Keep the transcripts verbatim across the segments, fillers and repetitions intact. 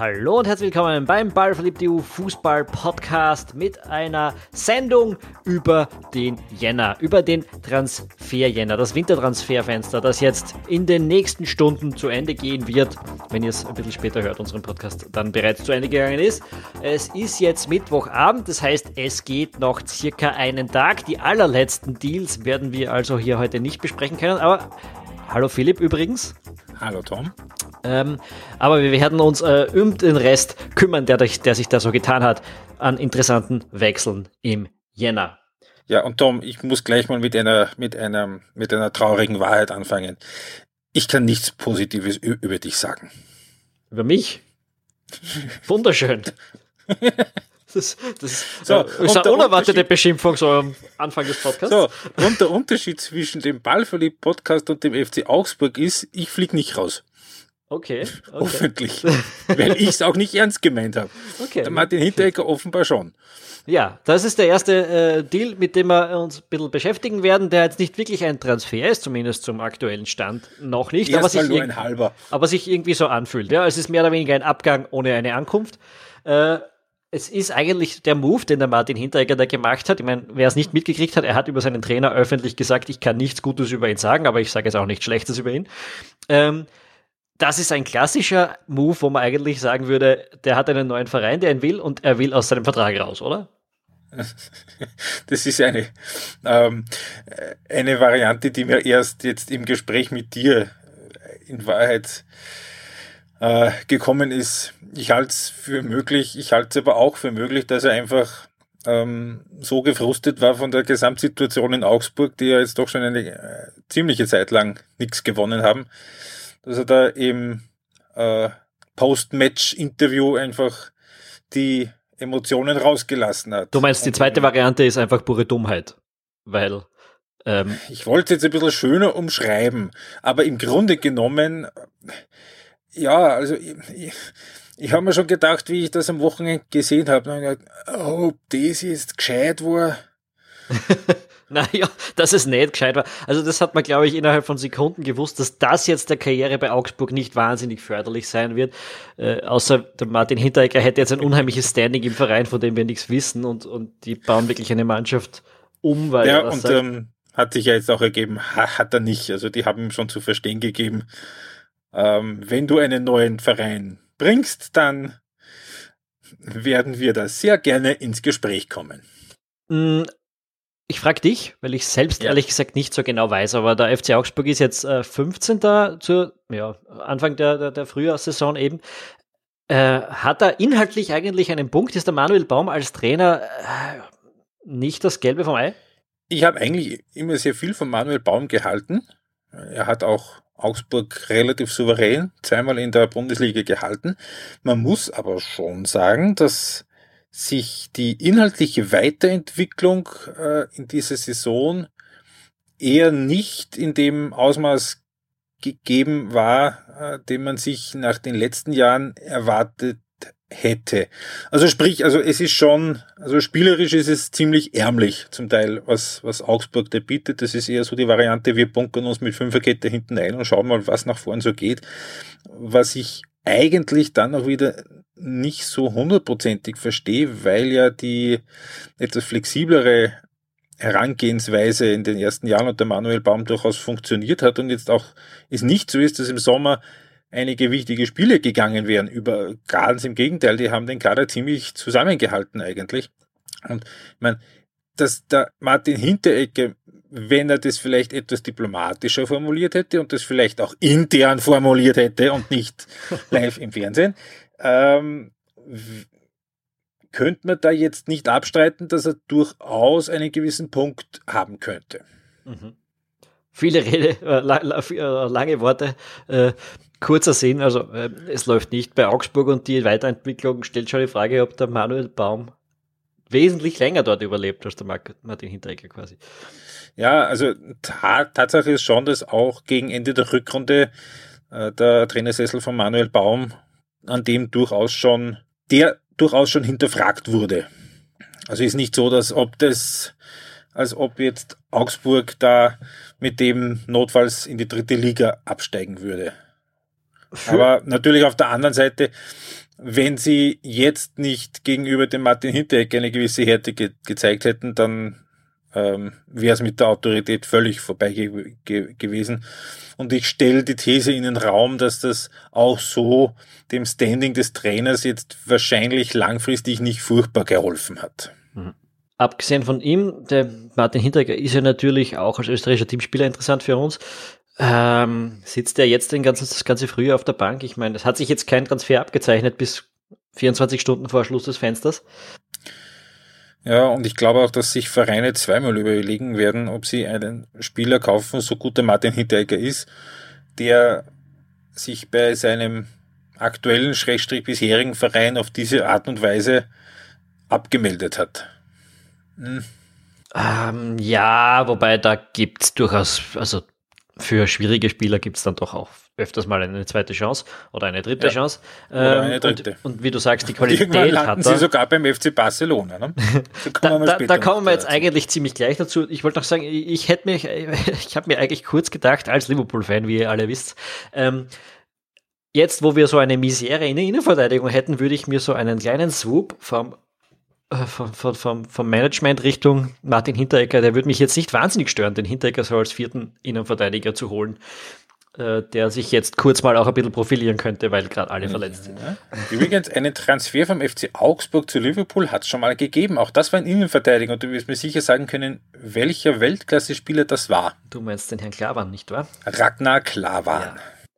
Hallo und herzlich willkommen beim Ballverliebt E U Fußball-Podcast mit einer Sendung über den Jänner, über den Transfer-Jänner, das Wintertransferfenster, das jetzt in den nächsten Stunden zu Ende gehen wird, wenn ihr es ein bisschen später hört, unseren Podcast dann bereits zu Ende gegangen ist. Es ist jetzt Mittwochabend, das heißt, es geht noch circa einen Tag. Die allerletzten Deals werden wir also hier heute nicht besprechen können, aber hallo Philipp übrigens. Hallo Tom. Ähm, aber wir werden uns äh, um den Rest kümmern, der, der sich da so getan hat, an interessanten Wechseln im Jänner. Ja, und Tom, ich muss gleich mal mit einer, mit einer, mit einer traurigen Wahrheit anfangen. Ich kann nichts Positives ü- über dich sagen. Über mich? Wunderschön. Das, das so, äh, ist eine unerwartete Beschimpfung so am Anfang des Podcasts. So, und der Unterschied zwischen dem Ballverliebt-Podcast und dem F C Augsburg ist, ich fliege nicht raus. Okay, okay. Hoffentlich. Weil ich es auch nicht ernst gemeint habe. Okay. Der Martin Hinteregger offenbar schon. Ja, das ist der erste äh, Deal, mit dem wir uns ein bisschen beschäftigen werden, der jetzt nicht wirklich ein Transfer ist, zumindest zum aktuellen Stand noch nicht. Erst aber mal sich, nur irg- ein halber. aber sich irgendwie so anfühlt. Ja, es ist mehr oder weniger ein Abgang ohne eine Ankunft. Äh, Es ist eigentlich der Move, den der Martin Hinteregger da gemacht hat. Ich meine, wer es nicht mitgekriegt hat, er hat über seinen Trainer öffentlich gesagt, ich kann nichts Gutes über ihn sagen, aber ich sage jetzt auch nichts Schlechtes über ihn. Ähm, das ist ein klassischer Move, wo man eigentlich sagen würde, der hat einen neuen Verein, der ihn will und er will aus seinem Vertrag raus, oder? Das ist eine, ähm, eine Variante, die mir erst jetzt im Gespräch mit dir in Wahrheit äh, gekommen ist. Ich halte es für möglich, ich halte es aber auch für möglich, dass er einfach ähm, so gefrustet war von der Gesamtsituation in Augsburg, die ja jetzt doch schon eine äh, ziemliche Zeit lang nichts gewonnen haben, dass er da im äh, Post-Match-Interview einfach die Emotionen rausgelassen hat. Du meinst, die zweite Variante ist einfach pure Dummheit, weil ähm, ich wollte es jetzt ein bisschen schöner umschreiben, aber im Grunde genommen, ja, also ich, ich, ich habe mir schon gedacht, wie ich das am Wochenende gesehen habe, ob das jetzt gescheit war. Naja, dass es nicht gescheit war. Also das hat man, glaube ich, innerhalb von Sekunden gewusst, dass das jetzt der Karriere bei Augsburg nicht wahnsinnig förderlich sein wird. Äh, außer der Martin Hinteregger hätte jetzt ein unheimliches Standing im Verein, von dem wir nichts wissen und, und die bauen wirklich eine Mannschaft um. Weil ja, er und sagt, ähm, hat sich ja jetzt auch ergeben, ha, hat er nicht. Also die haben ihm schon zu verstehen gegeben, ähm, wenn du einen neuen Verein bringst, dann werden wir da sehr gerne ins Gespräch kommen. mh, Ich frage dich, weil ich selbst Ja. ehrlich gesagt nicht so genau weiß, aber der F C Augsburg ist jetzt äh, fünfzehnter zur ja, Anfang der, der, der Frühjahrssaison eben. Äh, hat er inhaltlich eigentlich einen Punkt? Ist der Manuel Baum als Trainer äh, nicht das Gelbe vom Ei? Ich habe eigentlich immer sehr viel von Manuel Baum gehalten. Er hat auch Augsburg relativ souverän zweimal in der Bundesliga gehalten. Man muss aber schon sagen, dass sich die inhaltliche Weiterentwicklung äh, in dieser Saison eher nicht in dem Ausmaß gegeben war, äh, den man sich nach den letzten Jahren erwartet hätte. Also sprich, also es ist schon, also spielerisch ist es ziemlich ärmlich zum Teil, was, was Augsburg da bietet. Das ist eher so die Variante, wir bunkern uns mit Fünferkette hinten ein und schauen mal, was nach vorn so geht. Was ich eigentlich dann auch wieder nicht so hundertprozentig verstehe, weil ja die etwas flexiblere Herangehensweise in den ersten Jahren unter Manuel Baum durchaus funktioniert hat und jetzt auch es nicht so ist, dass im Sommer einige wichtige Spiele gegangen wären über ganz im Gegenteil, die haben den Kader ziemlich zusammengehalten eigentlich. Und ich meine, dass der Martin Hinteregger, wenn er das vielleicht etwas diplomatischer formuliert hätte und das vielleicht auch intern formuliert hätte und nicht live im Fernsehen, ähm, könnte man da jetzt nicht abstreiten, dass er durchaus einen gewissen Punkt haben könnte. Mhm. Viele Rede, äh, la, la, äh, lange Worte, äh, kurzer Sinn, also äh, es läuft nicht bei Augsburg und die Weiterentwicklung stellt schon die Frage, ob der Manuel Baum wesentlich länger dort überlebt als der Martin Hinteregger quasi. Ja, also ta- Tatsache ist schon, dass auch gegen Ende der Rückrunde äh, der Trainersessel von Manuel Baum an dem durchaus schon, der durchaus schon hinterfragt wurde. Also ist nicht so, dass ob das, als ob jetzt Augsburg da mit dem notfalls in die dritte Liga absteigen würde. Aber natürlich auf der anderen Seite, wenn sie jetzt nicht gegenüber dem Martin Hinteregger eine gewisse Härte ge- gezeigt hätten, dann ähm, wäre es mit der Autorität völlig vorbei ge- ge- gewesen. Und ich stelle die These in den Raum, dass das auch so dem Standing des Trainers jetzt wahrscheinlich langfristig nicht furchtbar geholfen hat. Mhm. Abgesehen von ihm, der Martin Hinteregger ist ja natürlich auch als österreichischer Teamspieler interessant für uns. Ähm, sitzt er jetzt den ganzen, das ganze Frühjahr auf der Bank? Ich meine, es hat sich jetzt kein Transfer abgezeichnet bis vierundzwanzig Stunden vor Schluss des Fensters. Ja, und ich glaube auch, dass sich Vereine zweimal überlegen werden, ob sie einen Spieler kaufen, so gut der Martin Hinteregger ist, der sich bei seinem aktuellen, schrägstrich bisherigen Verein auf diese Art und Weise abgemeldet hat. Hm. Ähm, ja, wobei da gibt's durchaus, also für schwierige Spieler gibt's dann doch auch öfters mal eine zweite Chance oder eine dritte Ja, Chance. oder Ähm, eine dritte. Und, und wie du sagst, die Und Qualität irgendwann landen hat sie er. sogar beim F C Barcelona. Ne? Da kommen Da, wir da, später da noch kommen wir jetzt dazu. eigentlich ziemlich gleich dazu. Ich wollte noch sagen, ich, ich hätte mich, ich habe mir eigentlich kurz gedacht, als Liverpool-Fan, wie ihr alle wisst, ähm, jetzt, wo wir so eine Misere in der Innenverteidigung hätten, würde ich mir so einen kleinen Swoop vom, äh, vom, vom, vom, vom Management Richtung Martin Hinteregger, der würde mich jetzt nicht wahnsinnig stören, den Hinteregger so als vierten Innenverteidiger zu holen, äh, der sich jetzt kurz mal auch ein bisschen profilieren könnte, weil gerade alle verletzt sind. Ja. Übrigens, einen Transfer vom F C Augsburg zu Liverpool hat es schon mal gegeben. Auch das war ein Innenverteidiger und du wirst mir sicher sagen können, welcher Weltklasse-Spieler das war. Du meinst den Herrn Klavan, nicht wahr? Ragnar Klavan.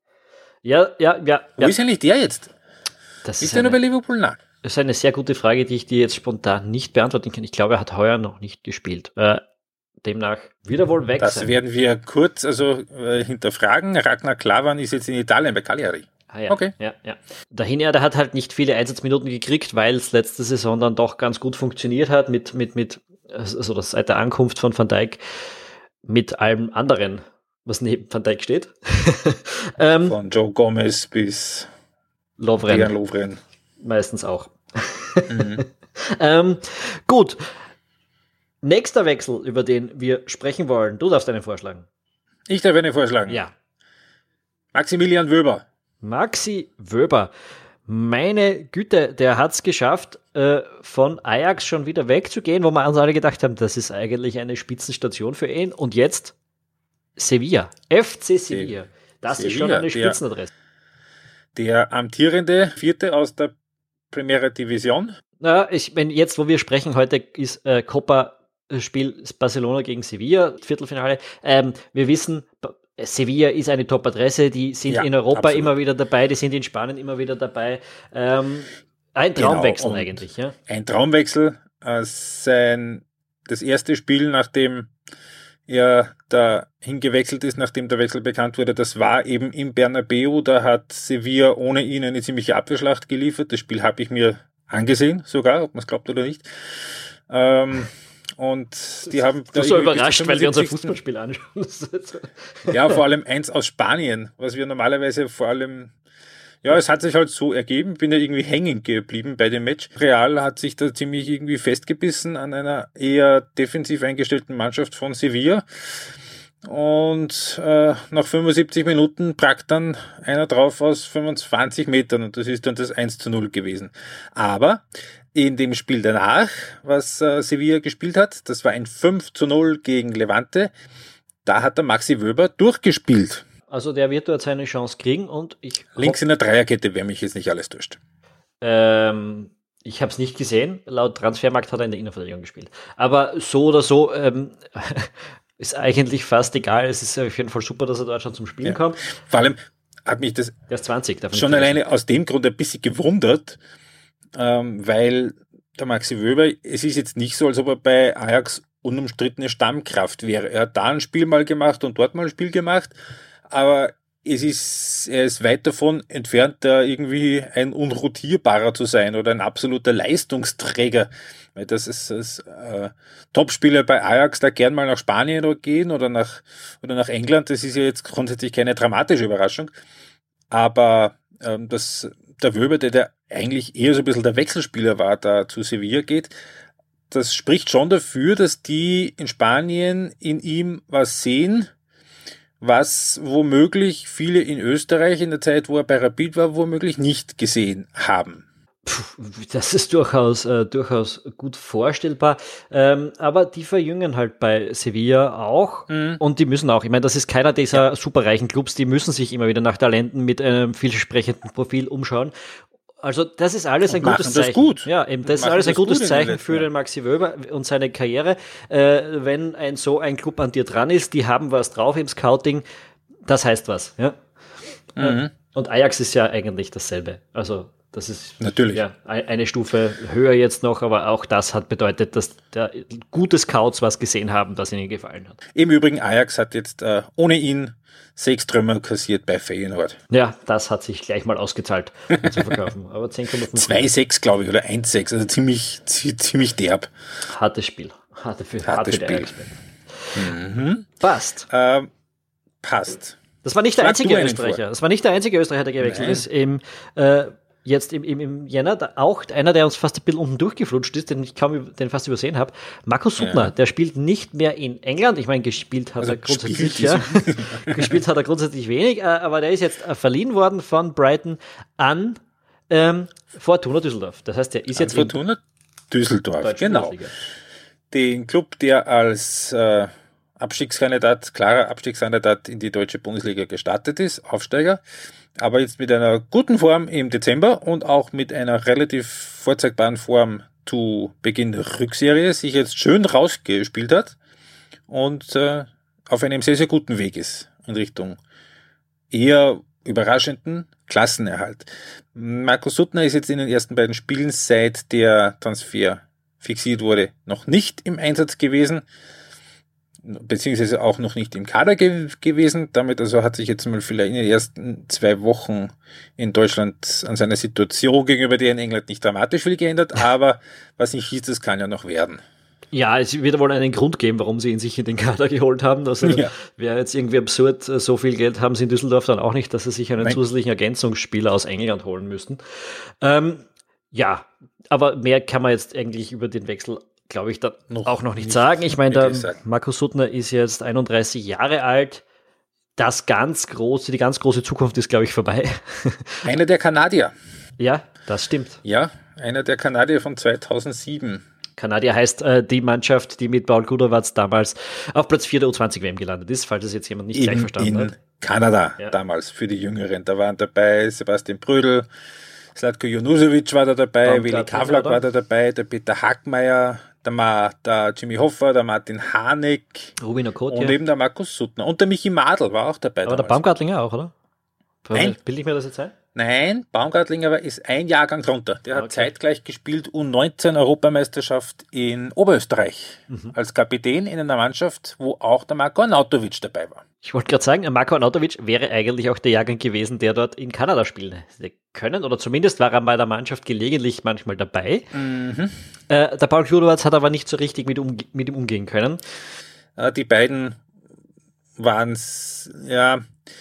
Ja, ja, ja. Wo ja. ist eigentlich der jetzt? Das Ist ist der nur bei eine, Liverpool? Nein. das ist eine sehr gute Frage, die ich dir jetzt spontan nicht beantworten kann. Ich glaube, er hat heuer noch nicht gespielt. Äh, demnach wieder wohl weg Das sein. werden wir kurz also äh, hinterfragen. Ragnar Klavan ist jetzt in Italien bei Cagliari. Ah, ja. Okay. Ja, ja. Der Hinja, der hat halt nicht viele Einsatzminuten gekriegt, weil es letzte Saison dann doch ganz gut funktioniert hat mit, mit, mit, also das seit der Ankunft von Van Dijk mit allem anderen, was neben Van Dijk steht. ähm, Von Joe Gomez bis Lovren. Dejan Lovren. Meistens auch. Mhm. ähm, gut. Nächster Wechsel, über den wir sprechen wollen. Du darfst einen vorschlagen. Ich darf einen vorschlagen. Ja. Maximilian Wöber. Maxi Wöber. Meine Güte, der hat es geschafft, äh, von Ajax schon wieder wegzugehen, wo wir uns alle gedacht haben, das ist eigentlich eine Spitzenstation für ihn. Und jetzt Sevilla. F C Sevilla. Das Sevilla, ist schon eine der- Spitzenadresse. Der amtierende Vierte aus der Primera Division. Na, ich meine, jetzt, wo wir sprechen, heute ist äh, Copa Spiel Barcelona gegen Sevilla, Viertelfinale. Ähm, wir wissen, Ba- Sevilla ist eine Top-Adresse, die sind Ja, in Europa absolut. immer wieder dabei, die sind in Spanien immer wieder dabei. Ähm, ein Traumwechsel Genau, und eigentlich, ja. Ein Traumwechsel. Äh, sein, das erste Spiel, nachdem er da hingewechselt ist, nachdem der Wechsel bekannt wurde, das war eben im Bernabeu. Da hat Sevilla ohne ihn eine ziemliche Abwehrschlacht geliefert. Das Spiel habe ich mir angesehen, sogar, ob man es glaubt oder nicht. Ähm, und die haben... Du bist so überrascht, weil wir unser fünfundsiebzigsten Fußballspiel anschauen. Ja, vor allem eins aus Spanien, was wir normalerweise vor allem, ja, es hat sich halt so ergeben, bin ja irgendwie hängen geblieben bei dem Match. Real hat sich da ziemlich irgendwie festgebissen an einer eher defensiv eingestellten Mannschaft von Sevilla. Und äh, nach fünfundsiebzig Minuten prackt dann einer drauf aus fünfundzwanzig Metern und das ist dann das eins zu null gewesen. Aber in dem Spiel danach, was äh, Sevilla gespielt hat, das war ein fünf zu null gegen Levante, da hat der Maxi Wöber durchgespielt. Also der wird dort seine Chance kriegen und ich Links in der Dreierkette, wer mich jetzt nicht alles täuscht. Ähm, ich habe es nicht gesehen. Laut Transfermarkt hat er in der Innenverteidigung gespielt. Aber so oder so ähm, ist eigentlich fast egal. Es ist auf jeden Fall super, dass er dort schon zum Spielen Ja. kommt. Vor allem hat mich das Der ist zwanzig. Davon schon alleine aus dem Grund ein bisschen gewundert, ähm, weil der Maxi Wöber, es ist jetzt nicht so, als ob er bei Ajax unumstrittene Stammkraft wäre. Er hat da ein Spiel mal gemacht und dort mal ein Spiel gemacht, aber es ist, er ist weit davon entfernt, da irgendwie ein unrotierbarer zu sein oder ein absoluter Leistungsträger. Weil das ist das äh, Topspieler bei Ajax, da gern mal nach Spanien gehen oder nach, oder nach England. Das ist ja jetzt grundsätzlich keine dramatische Überraschung. Aber ähm, das, der Wöber, der, der eigentlich eher so ein bisschen der Wechselspieler war, da zu Sevilla geht, das spricht schon dafür, dass die in Spanien in ihm was sehen, was womöglich viele in Österreich in der Zeit, wo er bei Rapid war, womöglich nicht gesehen haben. Puh, das ist durchaus, äh, durchaus gut vorstellbar. Ähm, aber die verjüngen halt bei Sevilla auch. Mhm. Und die müssen auch. Ich meine, das ist keiner dieser ja. superreichen Clubs, die müssen sich immer wieder nach Talenten mit einem vielversprechenden Profil umschauen. Also das ist alles ein und gutes Zeichen. Das gut. Ja, eben, das ist alles ein gutes Zeichen für den Maxi Wöber und seine Karriere. Äh, wenn ein so ein Club an dir dran ist, die haben was drauf im Scouting, das heißt was. Ja? Mhm. Und Ajax ist ja eigentlich dasselbe. Also das ist natürlich ja eine Stufe höher jetzt noch, aber auch das hat bedeutet, dass der gute Scouts was gesehen haben, das ihnen gefallen hat. Im Übrigen, Ajax hat jetzt äh, ohne ihn sechs Trümmer kassiert bei Feyenoord. Ja, das hat sich gleich mal ausgezahlt zu verkaufen. Aber zehn Komma fünf. zwei sechs, glaube ich, oder eins sechs, also ziemlich, ziemlich derb. Hartes Spiel. Harte für, Hartes harte Spiel. Mhm. Passt. Ähm, passt. Das war nicht der Sag einzige Österreicher. Das war nicht der einzige Österreicher, der gewechselt Nein. ist. Im, äh, Jetzt im, im, im Jänner, da auch einer, der uns fast ein bisschen unten durchgeflutscht ist, den ich kaum den fast übersehen habe, Markus Suttner, ja. der spielt nicht mehr in England. Ich meine, gespielt hat also er grundsätzlich, ja, gespielt hat er grundsätzlich wenig, aber der ist jetzt verliehen worden von Brighton an ähm, Fortuna Düsseldorf. Das heißt, der ist an jetzt Fortuna Düsseldorf, genau. Den Club, der als äh, Abstiegskandidat, klarer Abstiegskandidat in die deutsche Bundesliga gestartet ist, Aufsteiger, aber jetzt mit einer guten Form im Dezember und auch mit einer relativ vorzeigbaren Form zu Beginn der Rückserie sich jetzt schön rausgespielt hat und äh, auf einem sehr, sehr guten Weg ist in Richtung eher überraschenden Klassenerhalt. Markus Suttner ist jetzt in den ersten beiden Spielen, seit der Transfer fixiert wurde, noch nicht im Einsatz gewesen, beziehungsweise auch noch nicht im Kader ge- gewesen. Damit also hat sich jetzt mal vielleicht in den ersten zwei Wochen in Deutschland an seiner Situation gegenüber der in England nicht dramatisch viel geändert, aber was nicht hieß, das kann ja noch werden. Ja, es wird wohl einen Grund geben, warum sie ihn sich in den Kader geholt haben. Also ja. wäre jetzt irgendwie absurd, so viel Geld haben sie in Düsseldorf dann auch nicht, dass sie sich einen Nein. zusätzlichen Ergänzungsspieler aus England holen müssten. Ähm, ja, aber mehr kann man jetzt eigentlich über den Wechsel glaube ich, da noch auch noch nicht, nicht sagen. Ich meine, der sagen. Markus Suttner ist jetzt einunddreißig Jahre alt. Das ganz große, die ganz große Zukunft ist, glaube ich, vorbei. Einer der Kanadier. Ja, das stimmt. Ja, einer der Kanadier von zweitausendsieben. Kanadier heißt äh, die Mannschaft, die mit Paul Kudowatz damals auf Platz vier der U zwanzig W M gelandet ist, falls es jetzt jemand nicht in, gleich verstanden in hat. Kanada ja. damals, für die Jüngeren. Da waren dabei Sebastian Brödel, Zlatko Junusovic war da dabei, Willi Kavlak war da dabei, der Peter Hackmeier, der, Ma, der Jimmy Hoffa, der Martin Harnik Rubin Okotje. Und eben der Markus Suttner. Und der Michi Madl war auch dabei. Aber damals. Der Baumgartlinger auch, oder? Nein. Bilde ich mir das jetzt ein? Nein, Baumgartlinger ist ein Jahrgang drunter. Der hat okay. zeitgleich gespielt U neunzehn Europameisterschaft in Oberösterreich. Mhm. Als Kapitän in einer Mannschaft, wo auch der Marko Arnautovic dabei war. Ich wollte gerade sagen, Marko Arnautovic wäre eigentlich auch der Jahrgang gewesen, der dort in Kanada spielen können. Oder zumindest war er bei der Mannschaft gelegentlich manchmal dabei. Mhm. Äh, der Paul Kudowatz hat aber nicht so richtig mit, um, mit ihm umgehen können. Äh, die beiden waren es, ja...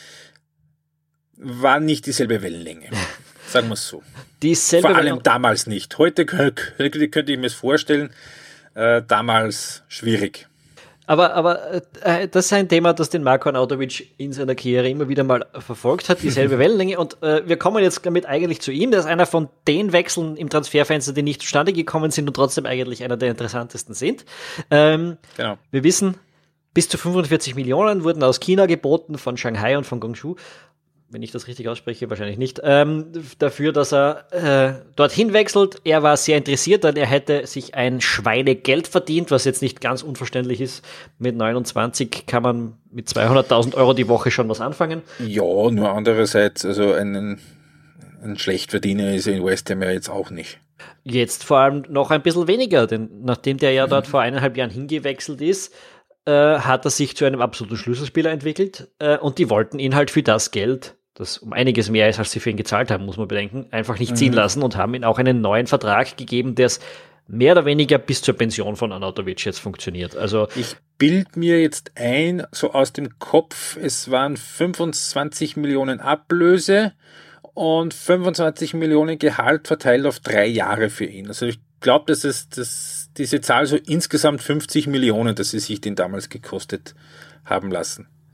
war nicht dieselbe Wellenlänge, sagen wir es so. Dieselbe Vor allem damals nicht. Heute könnte, könnte ich mir es vorstellen, äh, damals schwierig. Aber, aber äh, das ist ein Thema, das den Marko Arnautovic in seiner Karriere immer wieder mal verfolgt hat, dieselbe Wellenlänge. Und äh, wir kommen jetzt damit eigentlich zu ihm. Das ist einer von den Wechseln im Transferfenster, die nicht zustande gekommen sind und trotzdem eigentlich einer der interessantesten sind. Ähm, genau. Wir wissen, bis zu fünfundvierzig Millionen wurden aus China geboten, von Shanghai und von Guangzhou. Wenn ich das richtig ausspreche, wahrscheinlich nicht, ähm, dafür, dass er äh, dorthin wechselt. Er war sehr interessiert, denn er hätte sich ein Schweinegeld verdient, was jetzt nicht ganz unverständlich ist. Mit neunundzwanzig kann man mit zweihunderttausend Euro die Woche schon was anfangen. Ja, nur andererseits, also ein, ein Schlechtverdiener ist er in West Ham ja jetzt auch nicht. Jetzt vor allem noch ein bisschen weniger, denn nachdem der ja dort mhm. vor eineinhalb Jahren hingewechselt ist, äh, hat er sich zu einem absoluten Schlüsselspieler entwickelt äh, und die wollten ihn halt für das Geld, das um einiges mehr ist, als sie für ihn gezahlt haben, muss man bedenken, einfach nicht mhm. ziehen lassen und haben ihm auch einen neuen Vertrag gegeben, der es mehr oder weniger bis zur Pension von Arnautovic jetzt funktioniert. Also ich bild mir jetzt ein, so aus dem Kopf, es waren fünfundzwanzig Millionen Ablöse und fünfundzwanzig Millionen Gehalt verteilt auf drei Jahre für ihn. Also ich glaube, dass es das, diese Zahl so insgesamt fünfzig Millionen, dass sie sich den damals gekostet haben lassen.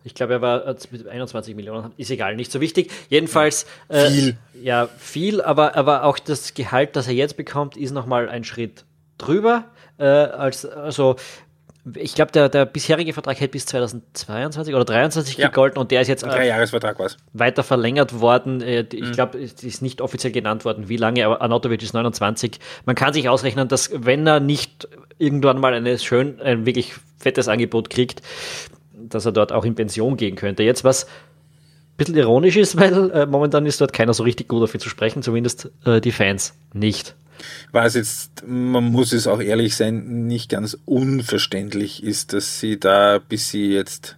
Ich glaube, er war mit einundzwanzig Millionen, ist egal, nicht so wichtig. Jedenfalls äh, viel. Ja, viel, aber, aber auch das Gehalt, das er jetzt bekommt, ist nochmal ein Schritt drüber. Äh, als, also ich glaube, der, der bisherige Vertrag hätte bis zweitausendzweiundzwanzig oder dreiundzwanzig ja. gegolten und der ist jetzt ein Dreijahresvertrag war's. weiter verlängert worden. Ich mhm. glaube, es ist nicht offiziell genannt worden, wie lange, aber Arnautovic ist neunundzwanzig. Man kann sich ausrechnen, dass wenn er nicht irgendwann mal eine schön, ein wirklich fettes Angebot kriegt, dass er dort auch in Pension gehen könnte. Jetzt, was ein bisschen ironisch ist, weil äh, momentan ist dort keiner so richtig gut dafür zu sprechen, zumindest äh, die Fans nicht. Was jetzt, man muss es auch ehrlich sein, nicht ganz unverständlich ist, dass sie da, bis sie jetzt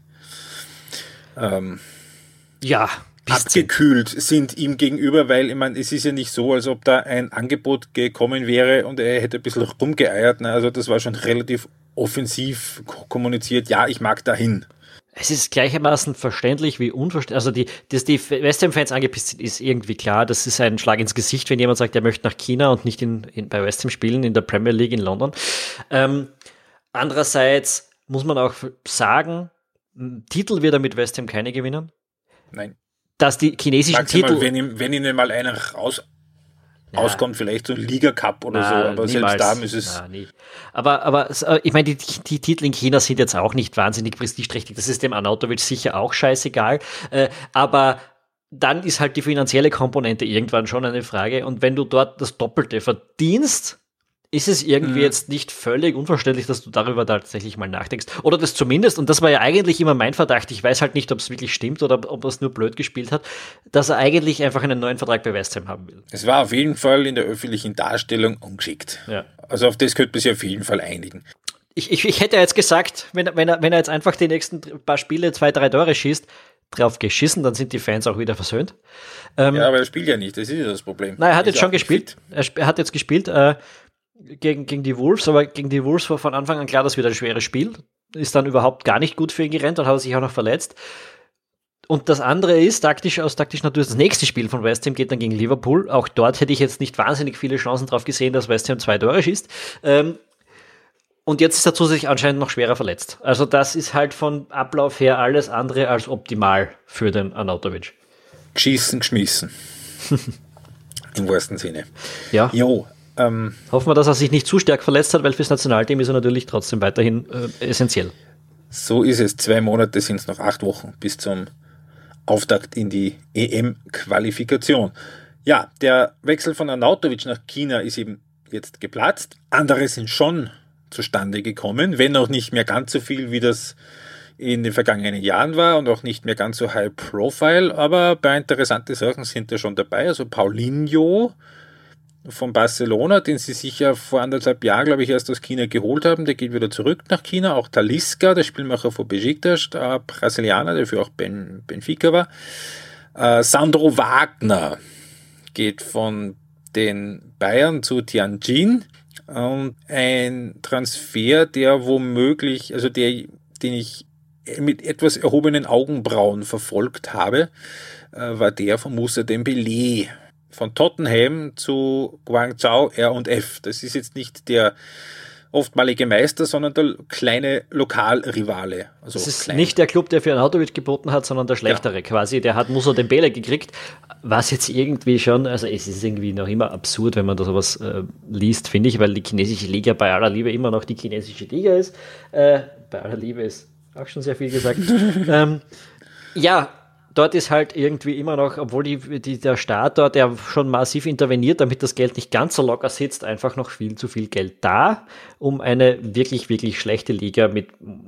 ähm, ja, abgekühlt sind ihm gegenüber, weil ich meine, es ist ja nicht so, als ob da ein Angebot gekommen wäre und er hätte ein bisschen rumgeeiert. Ne? Also das war schon relativ offensiv kommuniziert, ja, ich mag dahin. Es ist gleichermaßen verständlich wie unverständlich. Also, die, dass die West Ham-Fans angepisst sind, ist irgendwie klar. Das ist ein Schlag ins Gesicht, wenn jemand sagt, er möchte nach China und nicht in, in, bei West Ham spielen, in der Premier League in London. Ähm, andererseits muss man auch sagen, Titel wird er mit West Ham keine gewinnen. Nein. Dass die chinesischen Maximal, Titel... Wenn, ihm, wenn ihnen mal einer raus... Ja. Auskommt, vielleicht so ein Liga-Cup oder Na, so, aber niemals. selbst da ist es... Na, nie. Aber, aber ich meine, die, die Titel in China sind jetzt auch nicht wahnsinnig prestigeträchtig. Das ist dem Arnautovic sicher auch scheißegal. Äh, aber dann ist halt die finanzielle Komponente irgendwann schon eine Frage. Und wenn du dort das Doppelte verdienst, ist es irgendwie mhm. jetzt nicht völlig unverständlich, dass du darüber tatsächlich mal nachdenkst. Oder das zumindest, und das war ja eigentlich immer mein Verdacht, ich weiß halt nicht, ob es wirklich stimmt oder ob er es nur blöd gespielt hat, dass er eigentlich einfach einen neuen Vertrag bei West Ham haben will. Es war auf jeden Fall in der öffentlichen Darstellung ungeschickt. Ja. Also auf das könnte man sich auf jeden Fall einigen. Ich, ich, ich hätte jetzt gesagt, wenn, wenn, er, wenn er jetzt einfach die nächsten paar Spiele zwei, drei Tore schießt, drauf geschissen, dann sind die Fans auch wieder versöhnt. Ähm, ja, aber er spielt ja nicht, das ist ja das Problem. Nein, er hat jetzt schon gespielt. Er, er hat jetzt gespielt, äh, Gegen, gegen die Wolves, aber gegen die Wolves war von Anfang an klar, das wird ein schweres Spiel. Ist dann überhaupt gar nicht gut für ihn gerannt und hat sich auch noch verletzt. Und das andere ist, taktisch, aus taktischer Natur, das nächste Spiel von West Ham geht dann gegen Liverpool. Auch dort hätte ich jetzt nicht wahnsinnig viele Chancen drauf gesehen, dass West Ham zwei Tore schießt. Ähm, und jetzt ist er zusätzlich anscheinend noch schwerer verletzt. Also das ist halt von Ablauf her alles andere als optimal für den Arnautovic. Geschießen, geschmissen. Im wahrsten Sinne. Ja. Jo. Ähm, Hoffen wir, dass er sich nicht zu stark verletzt hat, weil fürs Nationalteam ist er natürlich trotzdem weiterhin äh, essentiell. So ist es. Zwei Monate sind es noch acht Wochen bis zum Auftakt in die E M-Qualifikation. Ja, der Wechsel von Arnautovic nach China ist eben jetzt geplatzt. Andere sind schon zustande gekommen, wenn auch nicht mehr ganz so viel, wie das in den vergangenen Jahren war und auch nicht mehr ganz so high profile, aber ein paar interessante Sachen sind da schon dabei. Also Paulinho von Barcelona, den sie sicher vor anderthalb Jahren, glaube ich, erst aus China geholt haben, der geht wieder zurück nach China. Auch Talisca, der Spielmacher von Besiktas, der Brasilianer, der für auch ben, Benfica war. Äh, Sandro Wagner geht von den Bayern zu Tianjin. Und ein Transfer, der womöglich, also der, den ich mit etwas erhobenen Augenbrauen verfolgt habe, äh, war der von Moussa Dembélé. Von Tottenham zu Guangzhou R und F. Das ist jetzt nicht der oftmalige Meister, sondern der kleine Lokalrivale. Also das ist klein. Nicht der Club, der für Arnautovic geboten hat, sondern der schlechtere ja. quasi. Der hat Moussa Dembélé gekriegt, was jetzt irgendwie schon, also es ist irgendwie noch immer absurd, wenn man da sowas äh, liest, finde ich, weil die chinesische Liga bei aller Liebe immer noch die chinesische Liga ist. Äh, bei aller Liebe ist auch schon sehr viel gesagt. ähm, ja, dort ist halt irgendwie immer noch, obwohl die, die, der Staat dort ja schon massiv interveniert, damit das Geld nicht ganz so locker sitzt, einfach noch viel zu viel Geld da, um eine wirklich, wirklich schlechte Liga mit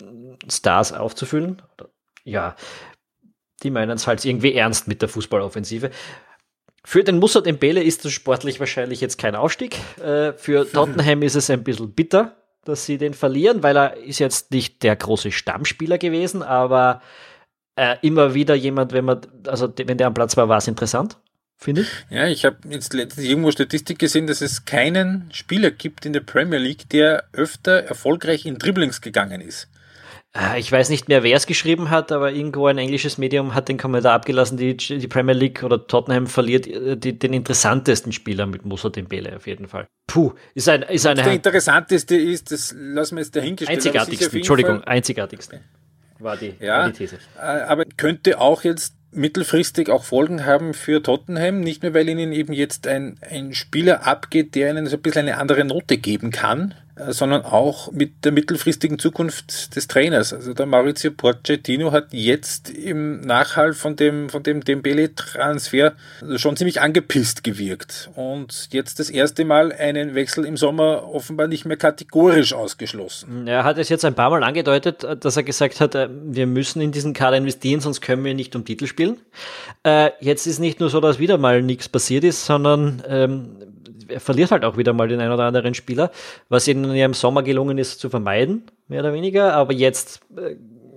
Stars aufzufüllen. Ja, die meinen es halt irgendwie ernst mit der Fußballoffensive. Für den Moussa Dembélé ist das sportlich wahrscheinlich jetzt kein Aufstieg. Äh, für Tottenham ist es ein bisschen bitter, dass sie den verlieren, weil er ist jetzt nicht der große Stammspieler gewesen, aber Äh, immer wieder jemand, wenn man, also wenn der am Platz war, war es interessant, finde ich. Ja, ich habe jetzt letztens irgendwo Statistik gesehen, dass es keinen Spieler gibt in der Premier League, der öfter erfolgreich in Dribblings gegangen ist. Äh, ich weiß nicht mehr, wer es geschrieben hat, aber irgendwo ein englisches Medium hat den Kommentar abgelassen, die, die Premier League oder Tottenham verliert die, den interessantesten Spieler mit Moussa Dembélé auf jeden Fall. Puh, ist ein, ist eine. Der interessanteste ist, das lassen wir jetzt dahingestellt. Einzigartigsten, Entschuldigung, Fall, einzigartigsten. war die, ja, war die These. Aber könnte auch jetzt mittelfristig auch Folgen haben für Tottenham, nicht nur, weil ihnen eben jetzt ein, ein Spieler abgeht, der ihnen so ein bisschen eine andere Note geben kann, sondern auch mit der mittelfristigen Zukunft des Trainers. Also der Maurizio Pochettino hat jetzt im Nachhall von dem, von dem Dembele-Transfer schon ziemlich angepisst gewirkt und jetzt das erste Mal einen Wechsel im Sommer offenbar nicht mehr kategorisch ausgeschlossen. Er hat es jetzt ein paar Mal angedeutet, dass er gesagt hat, wir müssen in diesen Kader investieren, sonst können wir nicht um Titel spielen. Jetzt ist nicht nur so, dass wieder mal nichts passiert ist, sondern ähm, er verliert halt auch wieder mal den einen oder anderen Spieler, was ihnen ja im Sommer gelungen ist zu vermeiden, mehr oder weniger, aber jetzt äh,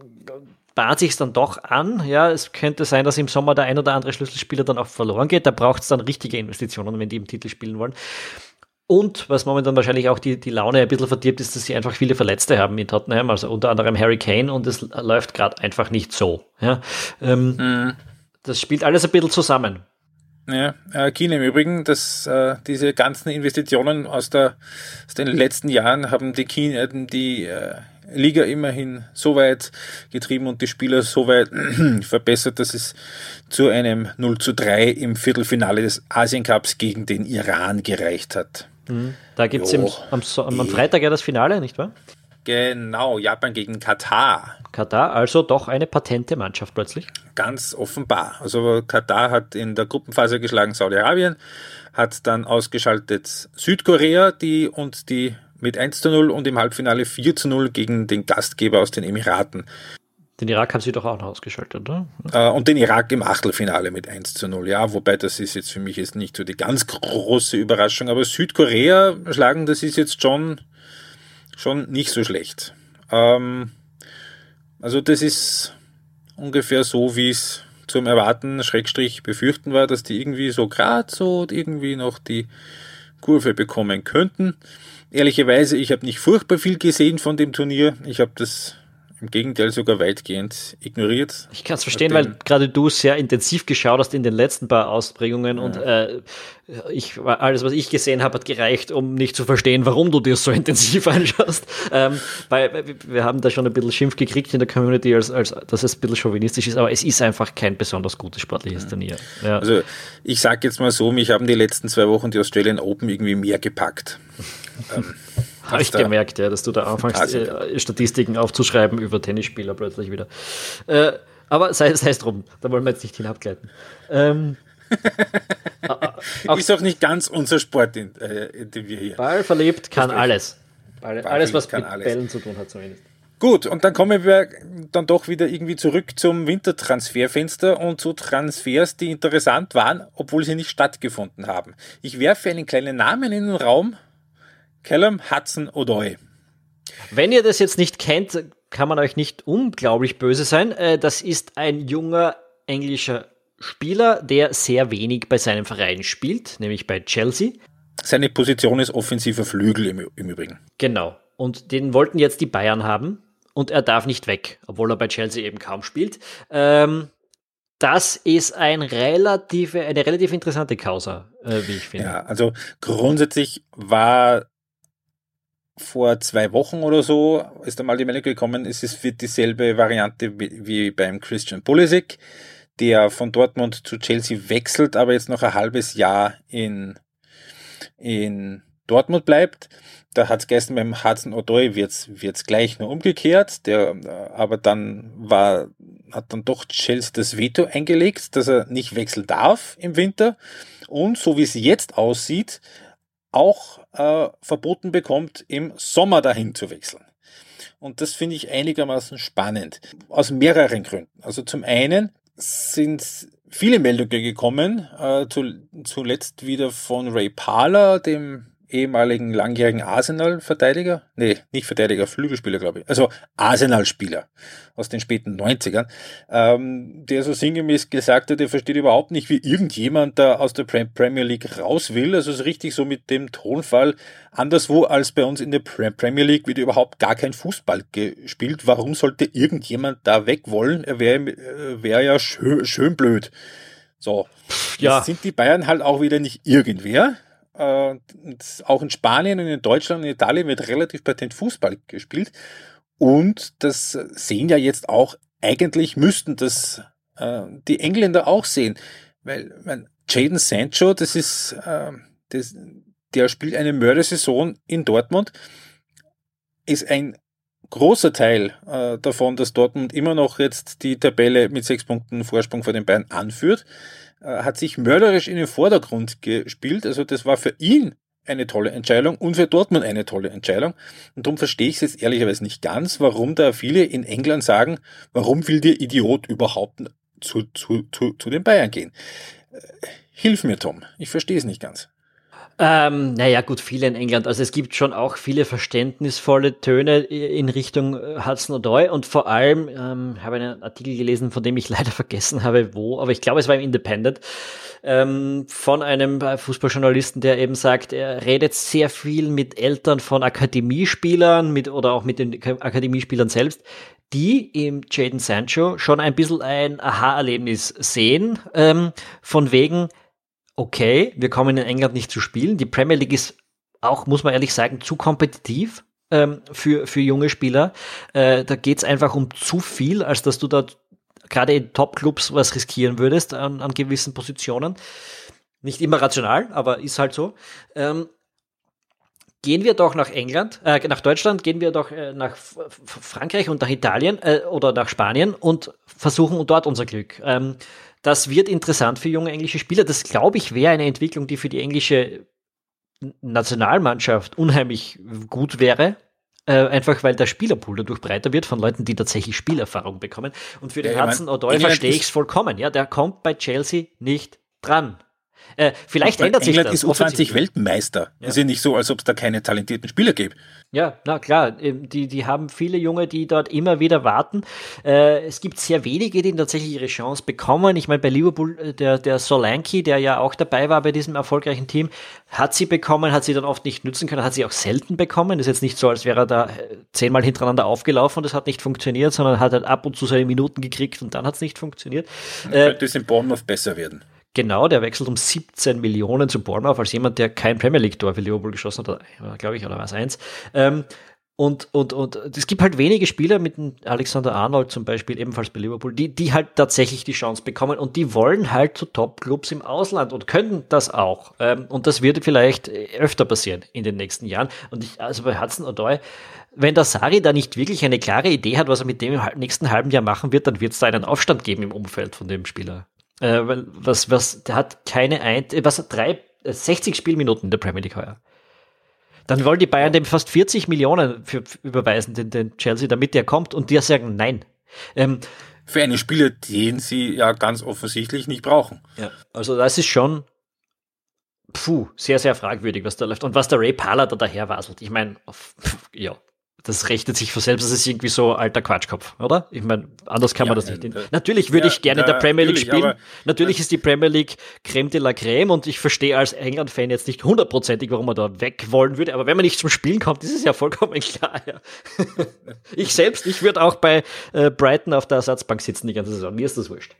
bahnt sich es dann doch an, ja, es könnte sein, dass im Sommer der ein oder andere Schlüsselspieler dann auch verloren geht, da braucht es dann richtige Investitionen, wenn die im Titel spielen wollen. Und was momentan wahrscheinlich auch die, die Laune ein bisschen verdirbt, ist, dass sie einfach viele Verletzte haben in Tottenham, also unter anderem Harry Kane, und es läuft gerade einfach nicht so. Ja. Ähm, mhm. Das spielt alles ein bisschen zusammen. Ja, äh, Keane im Übrigen, dass äh, diese ganzen Investitionen aus, der, aus den letzten Jahren haben die, Keane, äh, die äh, Liga immerhin so weit getrieben und die Spieler so weit verbessert, dass es zu einem null zu drei im Viertelfinale des Asien Cups gegen den Iran gereicht hat. Mhm. Da gibt es am, am, am Freitag ja das Finale, nicht wahr? Genau, Japan gegen Katar. Katar, also doch eine patente Mannschaft plötzlich. Ganz offenbar. Also Katar hat in der Gruppenphase geschlagen Saudi-Arabien, hat dann ausgeschaltet Südkorea, die und die mit eins zu null und im Halbfinale vier zu null gegen den Gastgeber aus den Emiraten. Den Irak haben sie doch auch noch ausgeschaltet, oder? Äh, und den Irak im Achtelfinale mit eins zu null. Ja, wobei das ist jetzt für mich jetzt nicht so die ganz große Überraschung, aber Südkorea schlagen, das ist jetzt schon schon nicht so schlecht. Ähm, also das ist ungefähr so, wie es zum Erwarten, Schrägstrich befürchten war, dass die irgendwie so gerade so irgendwie noch die Kurve bekommen könnten. Ehrlicherweise, ich habe nicht furchtbar viel gesehen von dem Turnier. Ich habe das im Gegenteil sogar weitgehend ignoriert. Ich kann es verstehen, weil gerade du sehr intensiv geschaut hast in den letzten paar Ausprägungen, ja. Und äh, ich, alles, was ich gesehen habe, hat gereicht, um nicht zu verstehen, warum du dir das so intensiv anschaust. Ähm, weil wir haben da schon ein bisschen Schimpf gekriegt in der Community, als, als dass es ein bisschen chauvinistisch ist, aber es ist einfach kein besonders gutes sportliches ja. Turnier. Ja. Also ich sage jetzt mal so, mich haben die letzten zwei Wochen die Australian Open irgendwie mehr gepackt. ähm, Habe ich gemerkt, ja, dass du da anfängst, äh, Statistiken aufzuschreiben über Tennisspieler plötzlich wieder. Äh, aber sei es drum, da wollen wir jetzt nicht hinabgleiten. Ähm, auch ist auch nicht ganz unser Sport, den, äh, den wir hier. Ball verliebt kann alles. Ball, Ball alles, was mit alles. Bällen zu tun hat zumindest. Gut, und dann kommen wir dann doch wieder irgendwie zurück zum Wintertransferfenster und zu Transfers, die interessant waren, obwohl sie nicht stattgefunden haben. Ich werfe einen kleinen Namen in den Raum. Callum Hudson-Odoi. Wenn ihr das jetzt nicht kennt, kann man euch nicht unglaublich böse sein. Das ist ein junger englischer Spieler, der sehr wenig bei seinem Verein spielt, nämlich bei Chelsea. Seine Position ist offensiver Flügel im, im Übrigen. Genau. Und den wollten jetzt die Bayern haben und er darf nicht weg, obwohl er bei Chelsea eben kaum spielt. Ähm, Das ist ein relative, eine relativ interessante Causa, äh, wie ich finde. Ja, also grundsätzlich war vor zwei Wochen oder so, ist einmal die Meldung gekommen, es ist wird dieselbe Variante wie, wie beim Christian Pulisic, der von Dortmund zu Chelsea wechselt, aber jetzt noch ein halbes Jahr in, in Dortmund bleibt. Da hat es gestern beim Hudson-Odoi wird's, wird's gleich nur umgekehrt, der, aber dann war, hat dann doch Chelsea das Veto eingelegt, dass er nicht wechseln darf im Winter und so wie es jetzt aussieht, auch äh, verboten bekommt, im Sommer dahin zu wechseln. Und das finde ich einigermaßen spannend. Aus mehreren Gründen. Also zum einen sind viele Meldungen gekommen, äh, zu, zuletzt wieder von Ray Parlour, dem ehemaligen langjährigen Arsenal-Verteidiger, nee, nicht Verteidiger, Flügelspieler, glaube ich, also Arsenal-Spieler aus den späten neunzigern, ähm, der so sinngemäß gesagt hat, er versteht überhaupt nicht, wie irgendjemand da aus der Premier League raus will, also so richtig so mit dem Tonfall, anderswo als bei uns in der Premier League wird überhaupt gar kein Fußball gespielt, warum sollte irgendjemand da weg wollen, er wäre wär ja schön, schön blöd. So, ja. Jetzt sind die Bayern halt auch wieder nicht irgendwer. Uh, auch in Spanien und in Deutschland und in Italien wird relativ patent Fußball gespielt Und das sehen ja jetzt auch, eigentlich müssten das äh, die Engländer auch sehen. Weil mein Jadon Sancho, das ist, äh, das, der spielt eine Mördersaison in Dortmund, ist ein großer Teil äh, davon, dass Dortmund immer noch jetzt die Tabelle mit sechs Punkten Vorsprung vor den Bayern anführt, äh, hat sich mörderisch in den Vordergrund gespielt. Also das war für ihn eine tolle Entscheidung und für Dortmund eine tolle Entscheidung. Und darum verstehe ich es jetzt ehrlicherweise nicht ganz, warum da viele in England sagen, warum will der Idiot überhaupt zu, zu, zu, zu den Bayern gehen? Äh, hilf mir, Tom. Ich verstehe es nicht ganz. Ähm, naja, gut, viele in England. Also es gibt schon auch viele verständnisvolle Töne in Richtung Hudson-Odoi und vor allem ähm, habe ich einen Artikel gelesen, von dem ich leider vergessen habe, wo, aber ich glaube, es war im Independent, ähm, von einem Fußballjournalisten, der eben sagt, er redet sehr viel mit Eltern von Akademiespielern mit oder auch mit den Akademiespielern selbst, die im Jadon Sancho schon ein bisschen ein Aha-Erlebnis sehen, ähm, von wegen, okay, wir kommen in England nicht zu spielen. Die Premier League ist auch, muss man ehrlich sagen, zu kompetitiv ähm, für, für junge Spieler. Äh, da geht's einfach um zu viel, als dass du da gerade in Top-Clubs was riskieren würdest an, an gewissen Positionen. Nicht immer rational, aber ist halt so. Ähm, gehen wir doch nach England, äh, nach Deutschland, gehen wir doch äh, nach F- F- Frankreich und nach Italien äh, oder nach Spanien und versuchen dort unser Glück. Ähm, Das wird interessant für junge englische Spieler. Das, glaube ich, wäre eine Entwicklung, die für die englische Nationalmannschaft unheimlich gut wäre. Äh, einfach weil der Spielerpool dadurch breiter wird von Leuten, die tatsächlich Spielerfahrung bekommen. Und für den Ja, Hudson-Odoi verstehe ich es vollkommen. Ja, der kommt bei Chelsea nicht dran. Äh, vielleicht ändert sich England das. ist U zwanzig Weltmeister. Ja. Ist ja nicht so, als ob es da keine talentierten Spieler gibt. Ja, na klar, die, die haben viele Junge, die dort immer wieder warten. Äh, es gibt sehr wenige, die tatsächlich ihre Chance bekommen. Ich meine, bei Liverpool, der, der Solanke, der ja auch dabei war bei diesem erfolgreichen Team, hat sie bekommen, hat sie dann oft nicht nützen können, hat sie auch selten bekommen. Das ist jetzt nicht so, als wäre er da zehnmal hintereinander aufgelaufen und das hat nicht funktioniert, sondern hat halt ab und zu seine Minuten gekriegt und dann hat es nicht funktioniert. Dann könnte äh, es in Bournemouth besser werden. Genau, der wechselt um siebzehn Millionen zu Bournemouth als jemand, der kein Premier League-Tor für Liverpool geschossen hat, glaube ich, oder was eins. Ähm, und, und, und es gibt halt wenige Spieler, mit dem Alexander Arnold zum Beispiel, ebenfalls bei Liverpool, die, die halt tatsächlich die Chance bekommen und die wollen halt zu Top-Clubs im Ausland und können das auch. Ähm, und das wird vielleicht öfter passieren in den nächsten Jahren. Und ich, also bei Hudson-Odoi, wenn der Sarri da nicht wirklich eine klare Idee hat, was er mit dem im nächsten halben Jahr machen wird, dann wird es da einen Aufstand geben im Umfeld von dem Spieler. Äh, weil was, was, der hat keine ein, was hat drei, sechzig Spielminuten in der Premier League heuer. Dann wollen die Bayern dem fast vierzig Millionen für, für überweisen, den, den Chelsea, damit der kommt und die sagen nein. Ähm, für einen Spieler, den sie ja ganz offensichtlich nicht brauchen. Ja, also das ist schon puh, sehr, sehr fragwürdig, was da läuft. Und was der Ray Parlour da daher waselt. Ich meine, ja, das rechnet sich von selbst, das ist irgendwie so alter Quatschkopf, oder? Ich meine, anders kann man ja, das nicht. Äh, natürlich würde ja, ich gerne in der Premier League spielen. Natürlich ist die Premier League Creme de la Creme und ich verstehe als England-Fan jetzt nicht hundertprozentig, warum man da weg wollen würde. Aber wenn man nicht zum Spielen kommt, ist es ja vollkommen klar. Ja. Ich selbst, ich würde auch bei äh, Brighton auf der Ersatzbank sitzen die ganze Saison. Mir ist das wurscht.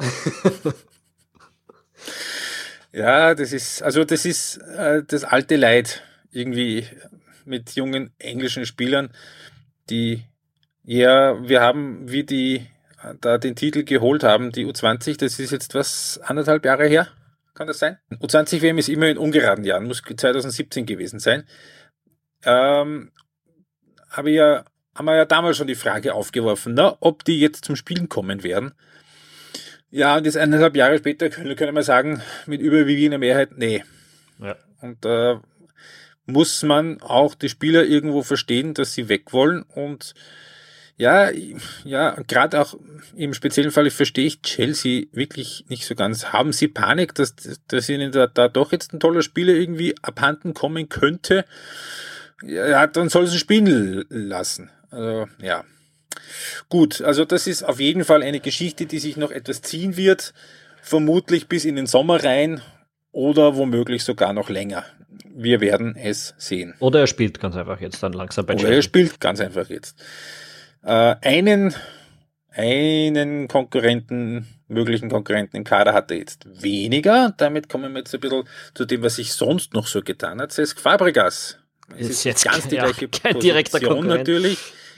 Ja, das ist, also das ist äh, das alte Leid irgendwie mit jungen englischen Spielern, die, ja, wir haben, wie die da den Titel geholt haben, die U zwanzig, das ist jetzt was, anderthalb Jahre her, kann das sein? U zwanzig W M ist immer in ungeraden Jahren, muss zwanzig siebzehn gewesen sein. Ähm, habe ja, haben wir ja damals schon die Frage aufgeworfen, na, ob die jetzt zum Spielen kommen werden. Ja, und jetzt eineinhalb Jahre später können, können wir sagen, mit überwiegender Mehrheit, nee. Ja. Und da äh, muss man auch die Spieler irgendwo verstehen, dass sie weg wollen. Und ja, ja, gerade auch im speziellen Fall, ich verstehe ich Chelsea wirklich nicht so ganz. Haben sie Panik, dass, dass ihnen da, da doch jetzt ein toller Spieler irgendwie abhanden kommen könnte? Ja, dann soll sie spielen lassen. Also, ja. Gut, also das ist auf jeden Fall eine Geschichte, die sich noch etwas ziehen wird, vermutlich bis in den Sommer rein oder womöglich sogar noch länger. Wir werden es sehen. Oder er spielt ganz einfach jetzt dann langsam bei Chelsea. Oder er spielt ganz einfach jetzt. Äh, einen, einen Konkurrenten, möglichen Konkurrenten im Kader hat er jetzt weniger. Damit kommen wir jetzt ein bisschen zu dem, was sich sonst noch so getan hat. Cesc Fabregas. Es ist, ist jetzt ganz die ja, gleiche kein direkter Position Konkurrent. Natürlich.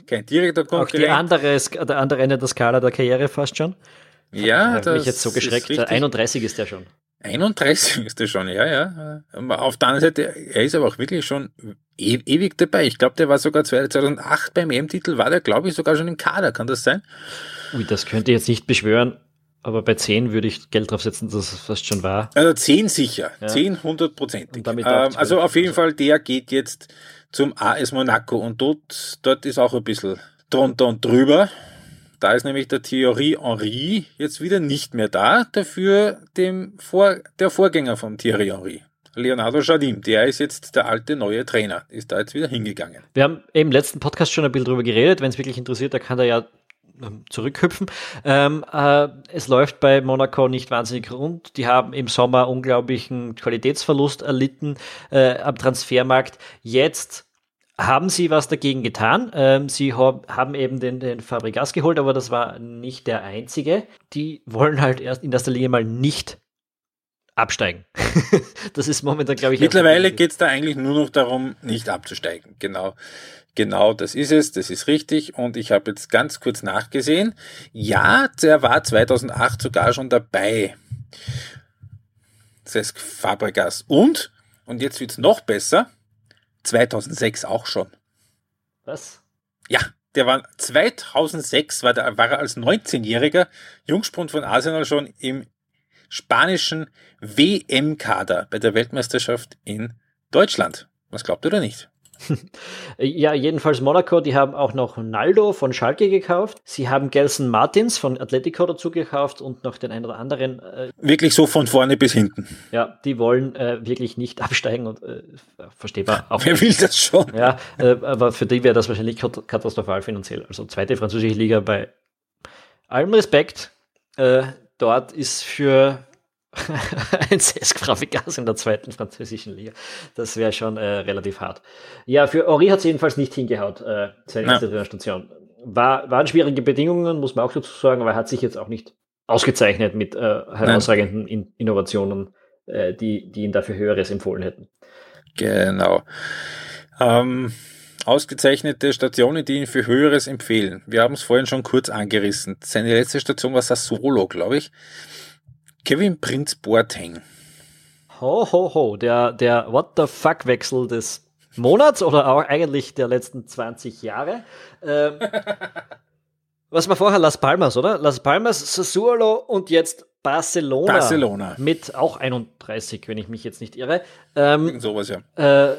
kein direkter Konkurrent. Auch die andere, der andere Ende der Skala der Karriere fast schon. Ja, das hat mich jetzt so geschreckt. einunddreißig ist der schon. einunddreißig ist er schon, ja, ja. Auf der anderen Seite, er ist aber auch wirklich schon e- ewig dabei. Ich glaube, der war sogar zweitausendacht beim E M-Titel, war der, glaube ich, sogar schon im Kader. Kann das sein? Ui, das könnte ich jetzt nicht beschwören, aber bei zehn würde ich Geld drauf setzen, dass es fast schon war. Also zehn sicher, ja. zehn hundertprozentig. Ähm, also auf jeden Fall, der geht jetzt zum A S Monaco und dort, dort ist auch ein bisschen drunter und drüber. Da ist nämlich der Thierry Henry jetzt wieder nicht mehr da, dafür dem Vor- der Vorgänger von Thierry Henry, Leonardo Jardim, der ist jetzt der alte neue Trainer, ist da jetzt wieder hingegangen. Wir haben im letzten Podcast schon ein bisschen drüber geredet, wenn es wirklich interessiert, da kann er ja zurückhüpfen. Ähm, äh, es läuft bei Monaco nicht wahnsinnig rund. Die haben im Sommer unglaublichen Qualitätsverlust erlitten äh, am Transfermarkt. Jetzt haben sie was dagegen getan. Ähm, sie ho- haben eben den, den Fabregas geholt, aber das war nicht der einzige. Die wollen halt erst in erster Linie mal nicht absteigen. Das ist momentan, glaube ich... Mittlerweile geht es da eigentlich nur noch darum, nicht abzusteigen. Genau. Genau, das ist es, das ist richtig. Und ich habe jetzt ganz kurz nachgesehen. Ja, der war zweitausendacht sogar schon dabei. Cesc Fabregas. Und, und jetzt wird's noch besser, zweitausendsechs auch schon. Was? Ja, der war zweitausendsechs, war, der, war er als neunzehnjähriger Jungspund von Arsenal schon im spanischen W M-Kader bei der Weltmeisterschaft in Deutschland. Was glaubt ihr oder nicht? Ja, jedenfalls Monaco, die haben auch noch Naldo von Schalke gekauft. Sie haben Gelson Martins von Atletico dazu gekauft und noch den einen oder anderen. Äh, wirklich so von vorne bis hinten. Ja, die wollen äh, wirklich nicht absteigen und äh, verstehbar auch. Wer will das schon? Ja, äh, aber für die wäre das wahrscheinlich katastrophal finanziell. Also zweite französische Liga bei allem Respekt. Äh, dort ist für ein Cesc Fabregas in der zweiten französischen Liga. Das wäre schon äh, relativ hart. Ja, für Henry hat es jedenfalls nicht hingehaut, äh, seine erste ja. Trainerstation. War, waren schwierige Bedingungen, muss man auch dazu sagen, aber er hat sich jetzt auch nicht ausgezeichnet mit äh, herausragenden in- Innovationen, äh, die, die ihn dafür Höheres empfohlen hätten. Genau. Ähm, ausgezeichnete Stationen, die ihn für Höheres empfehlen. Wir haben es vorhin schon kurz angerissen. Seine letzte Station war Sassuolo, glaube ich. Kevin Prince Boateng. Ho, ho, ho. Der, der What-the-fuck-Wechsel des Monats oder auch eigentlich der letzten zwanzig Jahre. Ähm, was war vorher? Las Palmas, oder? Las Palmas, Sassuolo und jetzt Barcelona. Barcelona. Mit auch einunddreißig, wenn ich mich jetzt nicht irre. Ähm, Sowas, ja. Äh,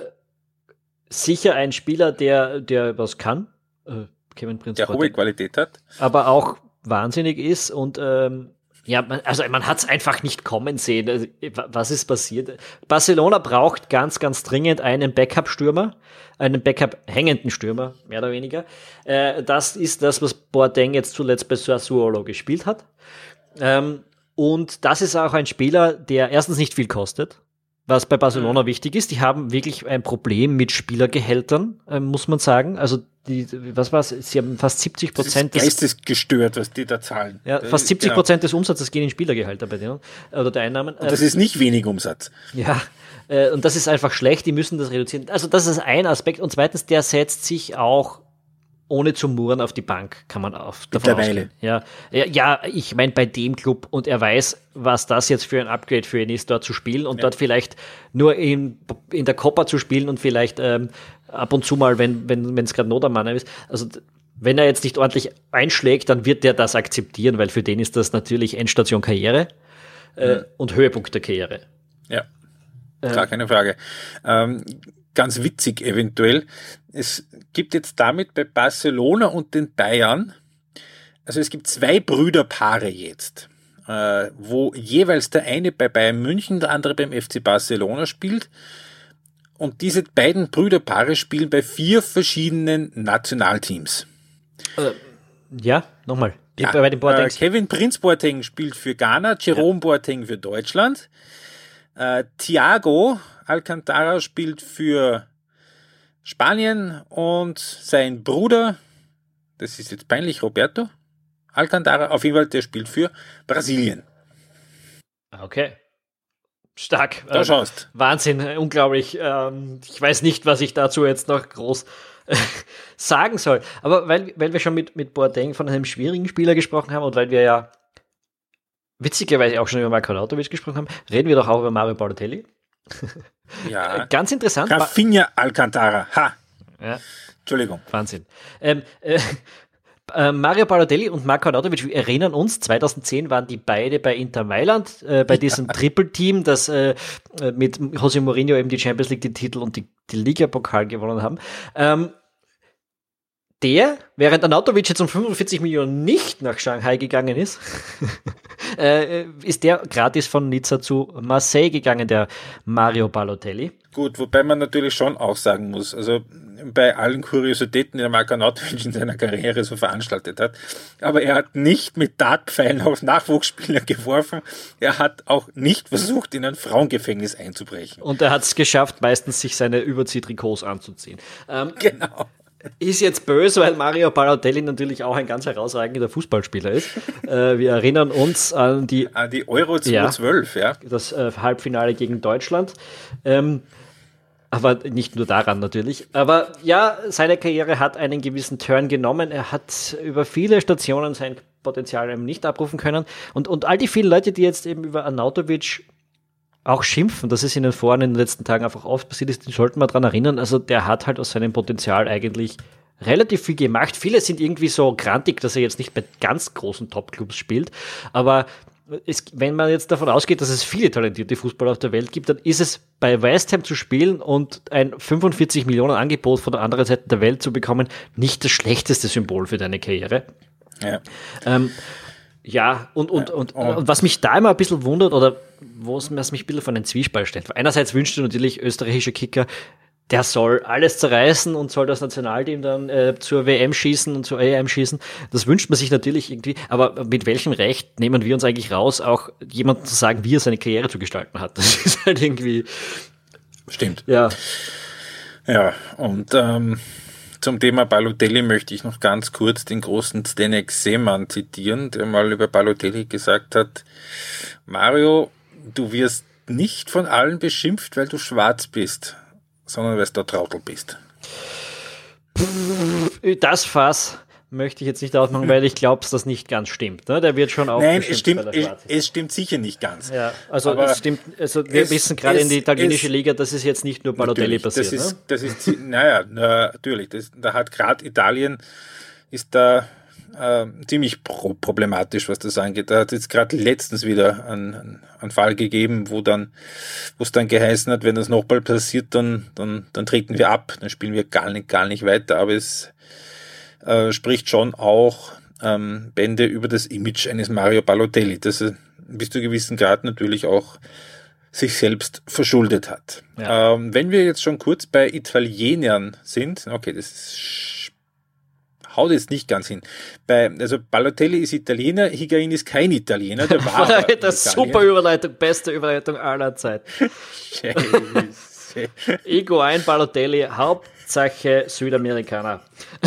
sicher ein Spieler, der, der was kann. Äh, Kevin Prince Der Boateng. hohe Qualität hat. Aber auch wahnsinnig ist und ähm, ja, man, also man hat es einfach nicht kommen sehen. Also, was ist passiert? Barcelona braucht ganz, ganz dringend einen Backup-Stürmer, einen Backup-hängenden Stürmer, mehr oder weniger. Äh, das ist das, was Boateng jetzt zuletzt bei Sassuolo gespielt hat. Ähm, und das ist auch ein Spieler, der erstens nicht viel kostet, was bei Barcelona mhm. wichtig ist. Die haben wirklich ein Problem mit Spielergehältern, äh, muss man sagen. Also die, was war's? Sie haben fast siebzig Prozent des... geistesgestört, was die da zahlen. Ja, fast siebzig Prozent genau. des Umsatzes gehen in Spielergehälter bei denen, oder der Einnahmen. Und das ist nicht wenig Umsatz. Ja, äh, und das ist einfach schlecht, die müssen das reduzieren. Also das ist ein Aspekt. Und zweitens, der setzt sich auch ohne zu murren auf die Bank, kann man auf davon ausgehen. Ja, ja, ich meine bei dem Club, und er weiß, was das jetzt für ein Upgrade für ihn ist, dort zu spielen und ja. dort vielleicht nur in, in der Copa zu spielen und vielleicht ähm, ab und zu mal, wenn wenn wenn es gerade Not am Mann ist. Also wenn er jetzt nicht ordentlich einschlägt, dann wird der das akzeptieren, weil für den ist das natürlich Endstation Karriere äh, mhm. und Höhepunkt der Karriere. Ja, klar, äh, keine Frage. Ähm, ganz witzig eventuell. Es gibt jetzt damit bei Barcelona und den Bayern, also es gibt zwei Brüderpaare jetzt, äh, wo jeweils der eine bei Bayern München, der andere beim F C Barcelona spielt. Und diese beiden Brüderpaare spielen bei vier verschiedenen Nationalteams. Äh, ja, nochmal. Ja, bei den äh, Kevin Prince Boateng spielt für Ghana, Jerome ja. Boateng für Deutschland. Äh, Thiago Alcantara spielt für Spanien und sein Bruder, das ist jetzt peinlich, Roberto Alcantara, auf jeden Fall, der spielt für Brasilien. Okay. Stark. Da ähm, schaust. Wahnsinn, unglaublich. Ähm, ich weiß nicht, was ich dazu jetzt noch groß sagen soll. Aber weil, weil wir schon mit, mit Boateng von einem schwierigen Spieler gesprochen haben und weil wir ja witzigerweise auch schon über Marko Arnautovic gesprochen haben, reden wir doch auch über Mario Balotelli. Ja. Ganz interessant. Rafinha Alcantara. Ha. Ja. Entschuldigung. Wahnsinn. Ähm, äh, äh, Mario Balotelli und Marko Arnautovic, wir erinnern uns, zweitausendzehn waren die beide bei Inter Mailand, äh, bei diesem ja. Triple-Team, das äh, mit José Mourinho eben die Champions League, die Titel und die, die Liga-Pokal gewonnen haben. Ähm, Der, während Arnautovic jetzt um fünfundvierzig Millionen nicht nach Shanghai gegangen ist, äh, ist der gratis von Nizza zu Marseille gegangen, der Mario Balotelli. Gut, wobei man natürlich schon auch sagen muss, also bei allen Kuriositäten, die der Marko Arnautovic in seiner Karriere so veranstaltet hat, aber er hat nicht mit Dartpfeilen auf Nachwuchsspieler geworfen, er hat auch nicht versucht, in ein Frauengefängnis einzubrechen. Und er hat es geschafft, meistens sich seine Überziehtrikots anzuziehen. Ähm, genau. Ist jetzt böse, weil Mario Balotelli natürlich auch ein ganz herausragender Fußballspieler ist. äh, wir erinnern uns an die, an die Euro zweitausendzwölf, ja, ja. Das äh, Halbfinale gegen Deutschland. Ähm, aber nicht nur daran natürlich. Aber ja, seine Karriere hat einen gewissen Turn genommen. Er hat über viele Stationen sein Potenzial eben nicht abrufen können. Und, und all die vielen Leute, die jetzt eben über Arnautovic auch schimpfen, dass es ihnen vorhin in den letzten Tagen einfach oft passiert ist, die sollten wir daran erinnern. Also der hat halt aus seinem Potenzial eigentlich relativ viel gemacht. Viele sind irgendwie so grantig, dass er jetzt nicht bei ganz großen Top-Clubs spielt. Aber es, wenn man jetzt davon ausgeht, dass es viele talentierte Fußballer auf der Welt gibt, dann ist es bei West Ham zu spielen und ein fünfundvierzig Millionen Angebot von der anderen Seite der Welt zu bekommen, nicht das schlechteste Symbol für deine Karriere. Ja. Ähm, Ja, und, und, und, und, und was mich da immer ein bisschen wundert oder wo es mich ein bisschen von den Zwiespalt stellt. Einerseits wünscht du natürlich österreichischer Kicker, der soll alles zerreißen und soll das Nationalteam dann äh, zur W M schießen und zur E M schießen. Das wünscht man sich natürlich irgendwie, aber mit welchem Recht nehmen wir uns eigentlich raus, auch jemandem zu sagen, wie er seine Karriere zu gestalten hat? Das ist halt irgendwie... Stimmt. Ja. Ja, und ähm, zum Thema Balotelli möchte ich noch ganz kurz den großen Zdeněk Zeman zitieren, der mal über Balotelli gesagt hat, Mario, du wirst nicht von allen beschimpft, weil du schwarz bist, sondern weil du ein Trottel bist. Das Fass möchte ich jetzt nicht aufmachen, weil ich glaube, dass das nicht ganz stimmt. Ne? Der wird schon auch. Nein, es stimmt, es, es stimmt sicher nicht ganz. Ja, also es stimmt, also wir es, wissen gerade in die italienische es, Liga, das ist jetzt nicht nur Balotelli passiert. Das ist, ne? das ist, naja, natürlich, das, da hat gerade Italien, ist da äh, ziemlich pro- problematisch, was das angeht. Da hat es jetzt gerade letztens wieder einen, einen Fall gegeben, wo dann, wo es dann geheißen hat, wenn das nochmal passiert, dann, dann, dann treten wir ab, dann spielen wir gar nicht, gar nicht weiter, aber es Äh, spricht schon auch ähm, Bände über das Image eines Mario Balotelli, das er bis zu einem gewissen Grad natürlich auch sich selbst verschuldet hat. Ja. Ähm, wenn wir jetzt schon kurz bei Italienern sind, okay, das ist, haut jetzt nicht ganz hin. Bei, also Balotelli ist Italiener, Higuain ist kein Italiener. Der war aber das ist super Überleitung, beste Überleitung aller Zeiten. Higuain, Balotelli, Hauptsache Südamerikaner.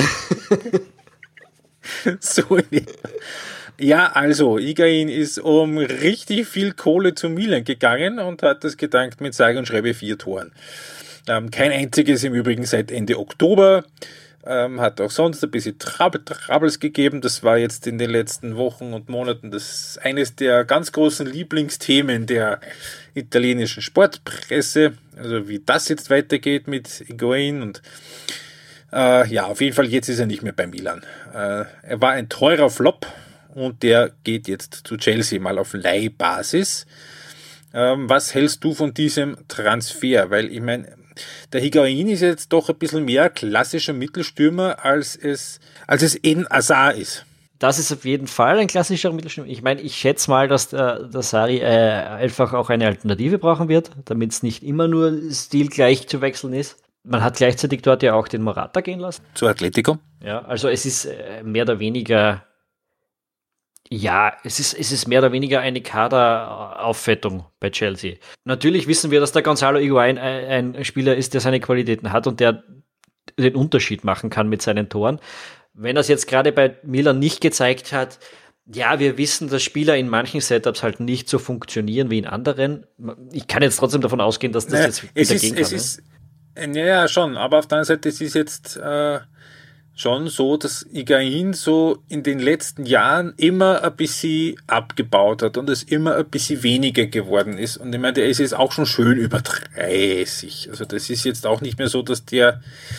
So, ja, also, Higuain ist um richtig viel Kohle zu Milan gegangen und hat das gedankt mit sage und schreibe vier Toren. Ähm, kein einziges im Übrigen seit Ende Oktober. Ähm, hat auch sonst ein bisschen Trab- Troubles gegeben. Das war jetzt in den letzten Wochen und Monaten das eines der ganz großen Lieblingsthemen der italienischen Sportpresse. Also wie das jetzt weitergeht mit Higuain und äh, ja, auf jeden Fall jetzt ist er nicht mehr bei Milan. Äh, er war ein teurer Flop und der geht jetzt zu Chelsea mal auf Leihbasis. Ähm, was hältst du von diesem Transfer? Weil ich meine, der Higuain ist jetzt doch ein bisschen mehr klassischer Mittelstürmer, als es, als es Eden Hazard ist. Das ist auf jeden Fall ein klassischer Mittelstürmer. Ich meine, ich schätze mal, dass der, der Sarri äh, einfach auch eine Alternative brauchen wird, damit es nicht immer nur stilgleich zu wechseln ist. Man hat gleichzeitig dort ja auch den Morata gehen lassen. Zu Atletico. Ja, also es ist äh, mehr oder weniger, ja, es ist, es ist mehr oder weniger eine Kaderaufwertung bei Chelsea. Natürlich wissen wir, dass der Gonzalo Higuain ein, ein Spieler ist, der seine Qualitäten hat und der den Unterschied machen kann mit seinen Toren. Wenn er es jetzt gerade bei Milan nicht gezeigt hat, ja, wir wissen, dass Spieler in manchen Setups halt nicht so funktionieren wie in anderen. Ich kann jetzt trotzdem davon ausgehen, dass das naja, jetzt es wieder ist, gehen es kann. Ist, Ja, schon, aber auf der anderen Seite, es ist jetzt äh, schon so, dass Higuaín so in den letzten Jahren immer ein bisschen abgebaut hat und es immer ein bisschen weniger geworden ist. Und ich meine, der ist jetzt auch schon schön über dreißig. Also das ist jetzt auch nicht mehr so, dass der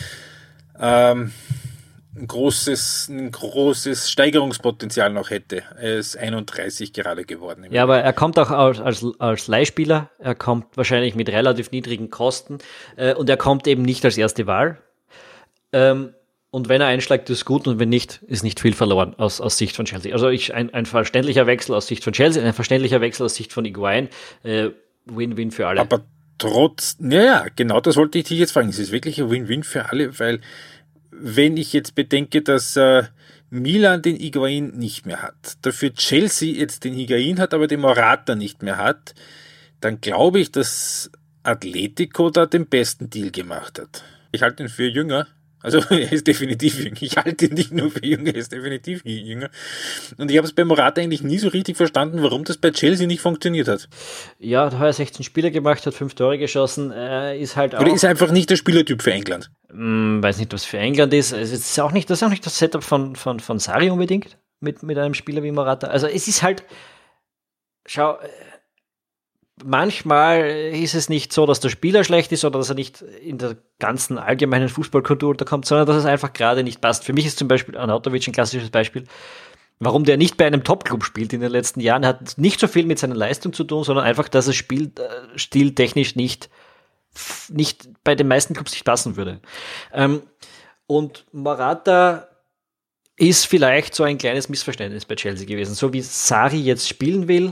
ähm, ein großes, ein großes Steigerungspotenzial noch hätte. Er ist einunddreißig gerade geworden. Ja, aber er kommt auch als, als, als Leihspieler, er kommt wahrscheinlich mit relativ niedrigen Kosten äh, und er kommt eben nicht als erste Wahl. Ähm, und wenn er einschlägt, ist gut und wenn nicht, ist nicht viel verloren aus, aus Sicht von Chelsea. Also ich, ein, ein verständlicher Wechsel aus Sicht von Chelsea, ein verständlicher Wechsel aus Sicht von Higuaín, äh, Win-Win für alle. Aber trotz, ja, genau das wollte ich dich jetzt fragen. Es ist wirklich ein Win-Win für alle, weil wenn ich jetzt bedenke, dass äh, Milan den Higuaín nicht mehr hat, dafür Chelsea jetzt den Higuaín hat, aber den Morata nicht mehr hat, dann glaube ich, dass Atletico da den besten Deal gemacht hat. Ich halte ihn für jünger. Also er ist definitiv jünger. Ich halte ihn nicht nur für jünger, er ist definitiv jünger. Und ich habe es bei Morata eigentlich nie so richtig verstanden, warum das bei Chelsea nicht funktioniert hat. Ja, hat heuer sechzehn Spiele gemacht, hat fünf Tore geschossen, äh, ist halt auch... Oder ist einfach nicht der Spielertyp für England? Hm, weiß nicht, was für England ist. Es ist auch nicht, das ist auch nicht das Setup von, von, von Sarri unbedingt, mit, mit einem Spieler wie Morata. Also es ist halt... Schau... Manchmal ist es nicht so, dass der Spieler schlecht ist oder dass er nicht in der ganzen allgemeinen Fußballkultur unterkommt, sondern dass es einfach gerade nicht passt. Für mich ist zum Beispiel Arnautovic ein klassisches Beispiel. Warum der nicht bei einem Top-Club spielt in den letzten Jahren, hat nicht so viel mit seiner Leistung zu tun, sondern einfach, dass es Spielstil technisch nicht, nicht bei den meisten Clubs nicht passen würde. Und Morata ist vielleicht so ein kleines Missverständnis bei Chelsea gewesen. So wie Sarri jetzt spielen will,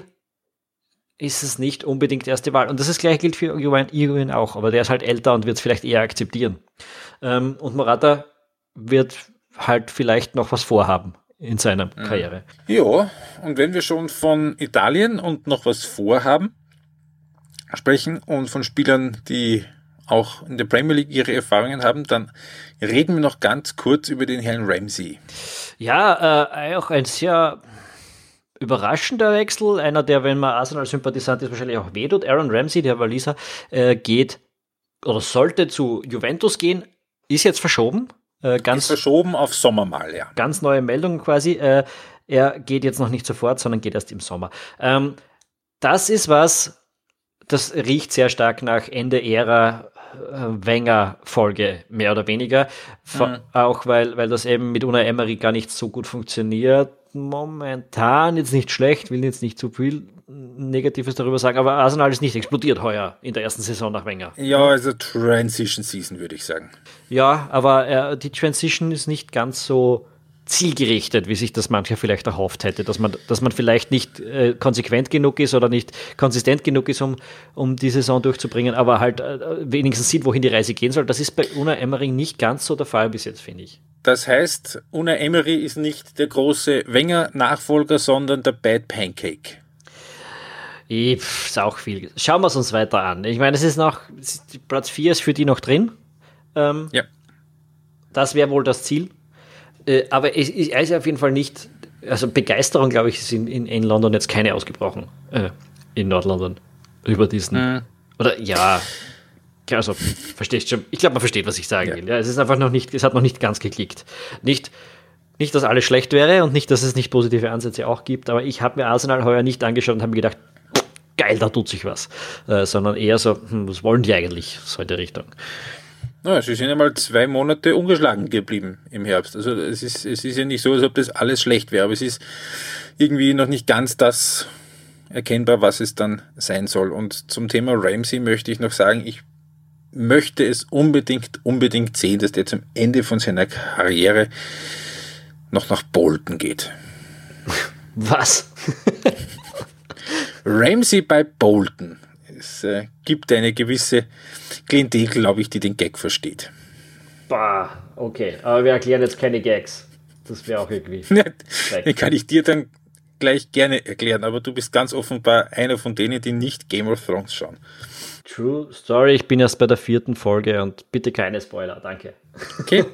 ist es nicht unbedingt erste Wahl. Und das ist gleich gilt für Higuaín auch, aber der ist halt älter und wird es vielleicht eher akzeptieren. Ähm, und Morata wird halt vielleicht noch was vorhaben in seiner mhm. Karriere. Ja, und wenn wir schon von Italien und noch was vorhaben sprechen und von Spielern, die auch in der Premier League ihre Erfahrungen haben, dann reden wir noch ganz kurz über den Herrn Ramsey. Ja, äh, auch ein sehr überraschender Wechsel, einer, der, wenn man Arsenal-Sympathisant ist, wahrscheinlich auch wehtut. Aaron Ramsey, der Waliser, äh, geht oder sollte zu Juventus gehen, ist jetzt verschoben. Äh, ganz, ist verschoben auf Sommer mal, ja. Ganz neue Meldung quasi. Äh, er geht jetzt noch nicht sofort, sondern geht erst im Sommer. Ähm, das ist was, das riecht sehr stark nach Ende Ära äh, Wenger-Folge, mehr oder weniger. Mhm. Auch weil, weil das eben mit Unai Emery gar nicht so gut funktioniert. Momentan jetzt nicht schlecht, will jetzt nicht zu viel Negatives darüber sagen, aber Arsenal ist nicht explodiert heuer in der ersten Saison nach Wenger. Ja, also Transition Season, würde ich sagen. Ja, aber äh, die Transition ist nicht ganz so zielgerichtet, wie sich das mancher vielleicht erhofft hätte, dass man, dass man vielleicht nicht äh, konsequent genug ist oder nicht konsistent genug ist, um, um die Saison durchzubringen, aber halt äh, wenigstens sieht, wohin die Reise gehen soll. Das ist bei Unai Emery nicht ganz so der Fall bis jetzt, finde ich. Das heißt, Unai Emery ist nicht der große Wenger-Nachfolger, sondern der Bad Pancake. Ich, pff, ist auch viel. Schauen wir es uns weiter an. Ich meine, es ist noch, Platz vier ist für die noch drin. Ähm, ja. Das wäre wohl das Ziel. Äh, aber es, er ist auf jeden Fall nicht, also Begeisterung, glaube ich, ist in, in, in London jetzt keine ausgebrochen. Äh, in Nordlondon. Über diesen. Mhm. Oder ja. Also, verstehst schon. Ich glaube, man versteht, was ich sagen ja. will. Ja, es ist einfach noch nicht, es hat noch nicht ganz geklickt. Nicht, nicht, dass alles schlecht wäre und nicht, dass es nicht positive Ansätze auch gibt, aber ich habe mir Arsenal heuer nicht angeschaut und habe mir gedacht, geil, da tut sich was. Äh, sondern eher so, hm, was wollen die eigentlich? So in der Richtung. Ja, sie sind einmal zwei Monate ungeschlagen geblieben im Herbst. Also es ist, es ist ja nicht so, als ob das alles schlecht wäre, aber es ist irgendwie noch nicht ganz das erkennbar, was es dann sein soll. Und zum Thema Ramsey möchte ich noch sagen, ich möchte es unbedingt, unbedingt sehen, dass der zum Ende von seiner Karriere noch nach Bolton geht. Was? Ramsey bei Bolton. Es äh, gibt eine gewisse Klientel, glaube ich, die den Gag versteht. Bah, okay. Aber wir erklären jetzt keine Gags. Das wäre auch irgendwie... Den kann ich dir dann gleich gerne erklären, aber du bist ganz offenbar einer von denen, die nicht Game of Thrones schauen. True Story, ich bin erst bei der vierten Folge und bitte keine Spoiler, danke. Okay.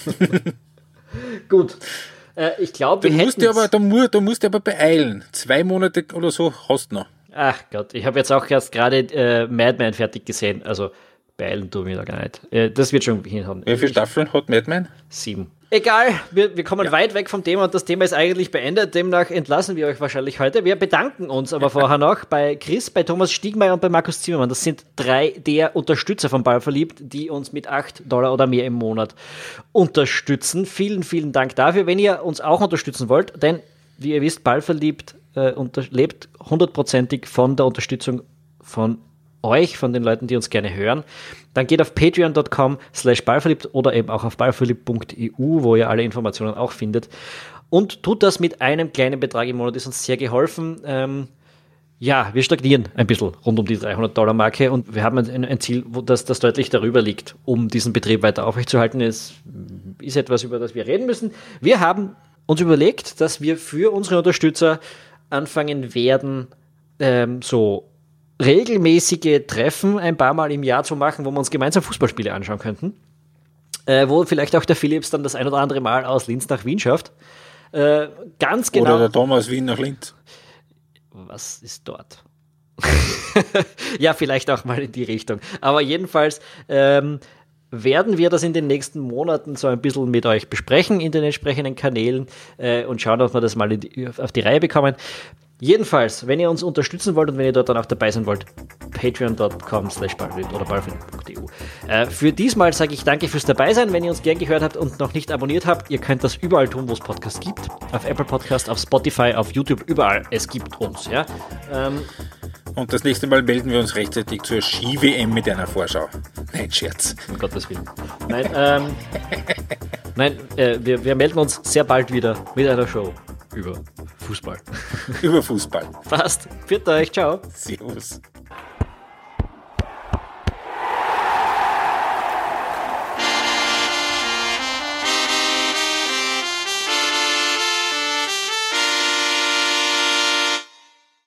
Gut. Äh, ich glaube, du musst dir aber, du musst, du musst aber beeilen. Zwei Monate oder so hast du noch. Ach Gott, ich habe jetzt auch erst gerade äh, Mad Men fertig gesehen. Also beeilen tue mich da gar nicht. Äh, das wird schon hinhauen. Wie viele Staffeln hat Mad Men? Sieben. Egal, wir, wir kommen Ja. weit weg vom Thema und das Thema ist eigentlich beendet. Demnach entlassen wir euch wahrscheinlich heute. Wir bedanken uns aber vorher noch bei Chris, bei Thomas Stiegmeier und bei Markus Zimmermann. Das sind drei der Unterstützer von Ballverliebt, die uns mit acht Dollar oder mehr im Monat unterstützen. Vielen, vielen Dank dafür. Wenn ihr uns auch unterstützen wollt, denn wie ihr wisst, Ballverliebt äh, unter- lebt hundertprozentig von der Unterstützung von euch, von den Leuten, die uns gerne hören, dann geht auf patreon.com slash ballverliebt oder eben auch auf ballverliebt punkt e u, wo ihr alle Informationen auch findet. Und tut das mit einem kleinen Betrag im Monat, ist uns sehr geholfen. Ähm, ja, wir stagnieren ein bisschen rund um die dreihundert-Dollar-Marke und wir haben ein, ein Ziel, wo das, das deutlich darüber liegt, um diesen Betrieb weiter aufrechtzuerhalten. Es ist etwas, über das wir reden müssen. Wir haben uns überlegt, dass wir für unsere Unterstützer anfangen werden, ähm, so regelmäßige Treffen ein paar Mal im Jahr zu machen, wo wir uns gemeinsam Fußballspiele anschauen könnten. Äh, wo vielleicht auch der Philips dann das ein oder andere Mal aus Linz nach Wien schafft. Äh, ganz genau. Oder der Thomas Wien nach Linz. Was ist dort? Ja, vielleicht auch mal in die Richtung. Aber jedenfalls ähm, werden wir das in den nächsten Monaten so ein bisschen mit euch besprechen in den entsprechenden Kanälen äh, und schauen, ob wir das mal in die, auf die Reihe bekommen. Jedenfalls, wenn ihr uns unterstützen wollt und wenn ihr dort dann auch dabei sein wollt, patreon.com slash ballverliebt oder ballverliebt punkt e u. Äh, für diesmal sage ich danke fürs Dabeisein. Wenn ihr uns gern gehört habt und noch nicht abonniert habt, ihr könnt das überall tun, wo es Podcasts gibt. Auf Apple Podcast, auf Spotify, auf YouTube, überall. Es gibt uns, ja. Ähm, Und das nächste Mal melden wir uns rechtzeitig zur Ski-W M mit einer Vorschau. Nein, Scherz. um Gottes Willen. Nein, ähm, nein äh, wir, wir melden uns sehr bald wieder mit einer Show über Fußball. Über Fußball. Passt. Für euch. Ciao. Servus.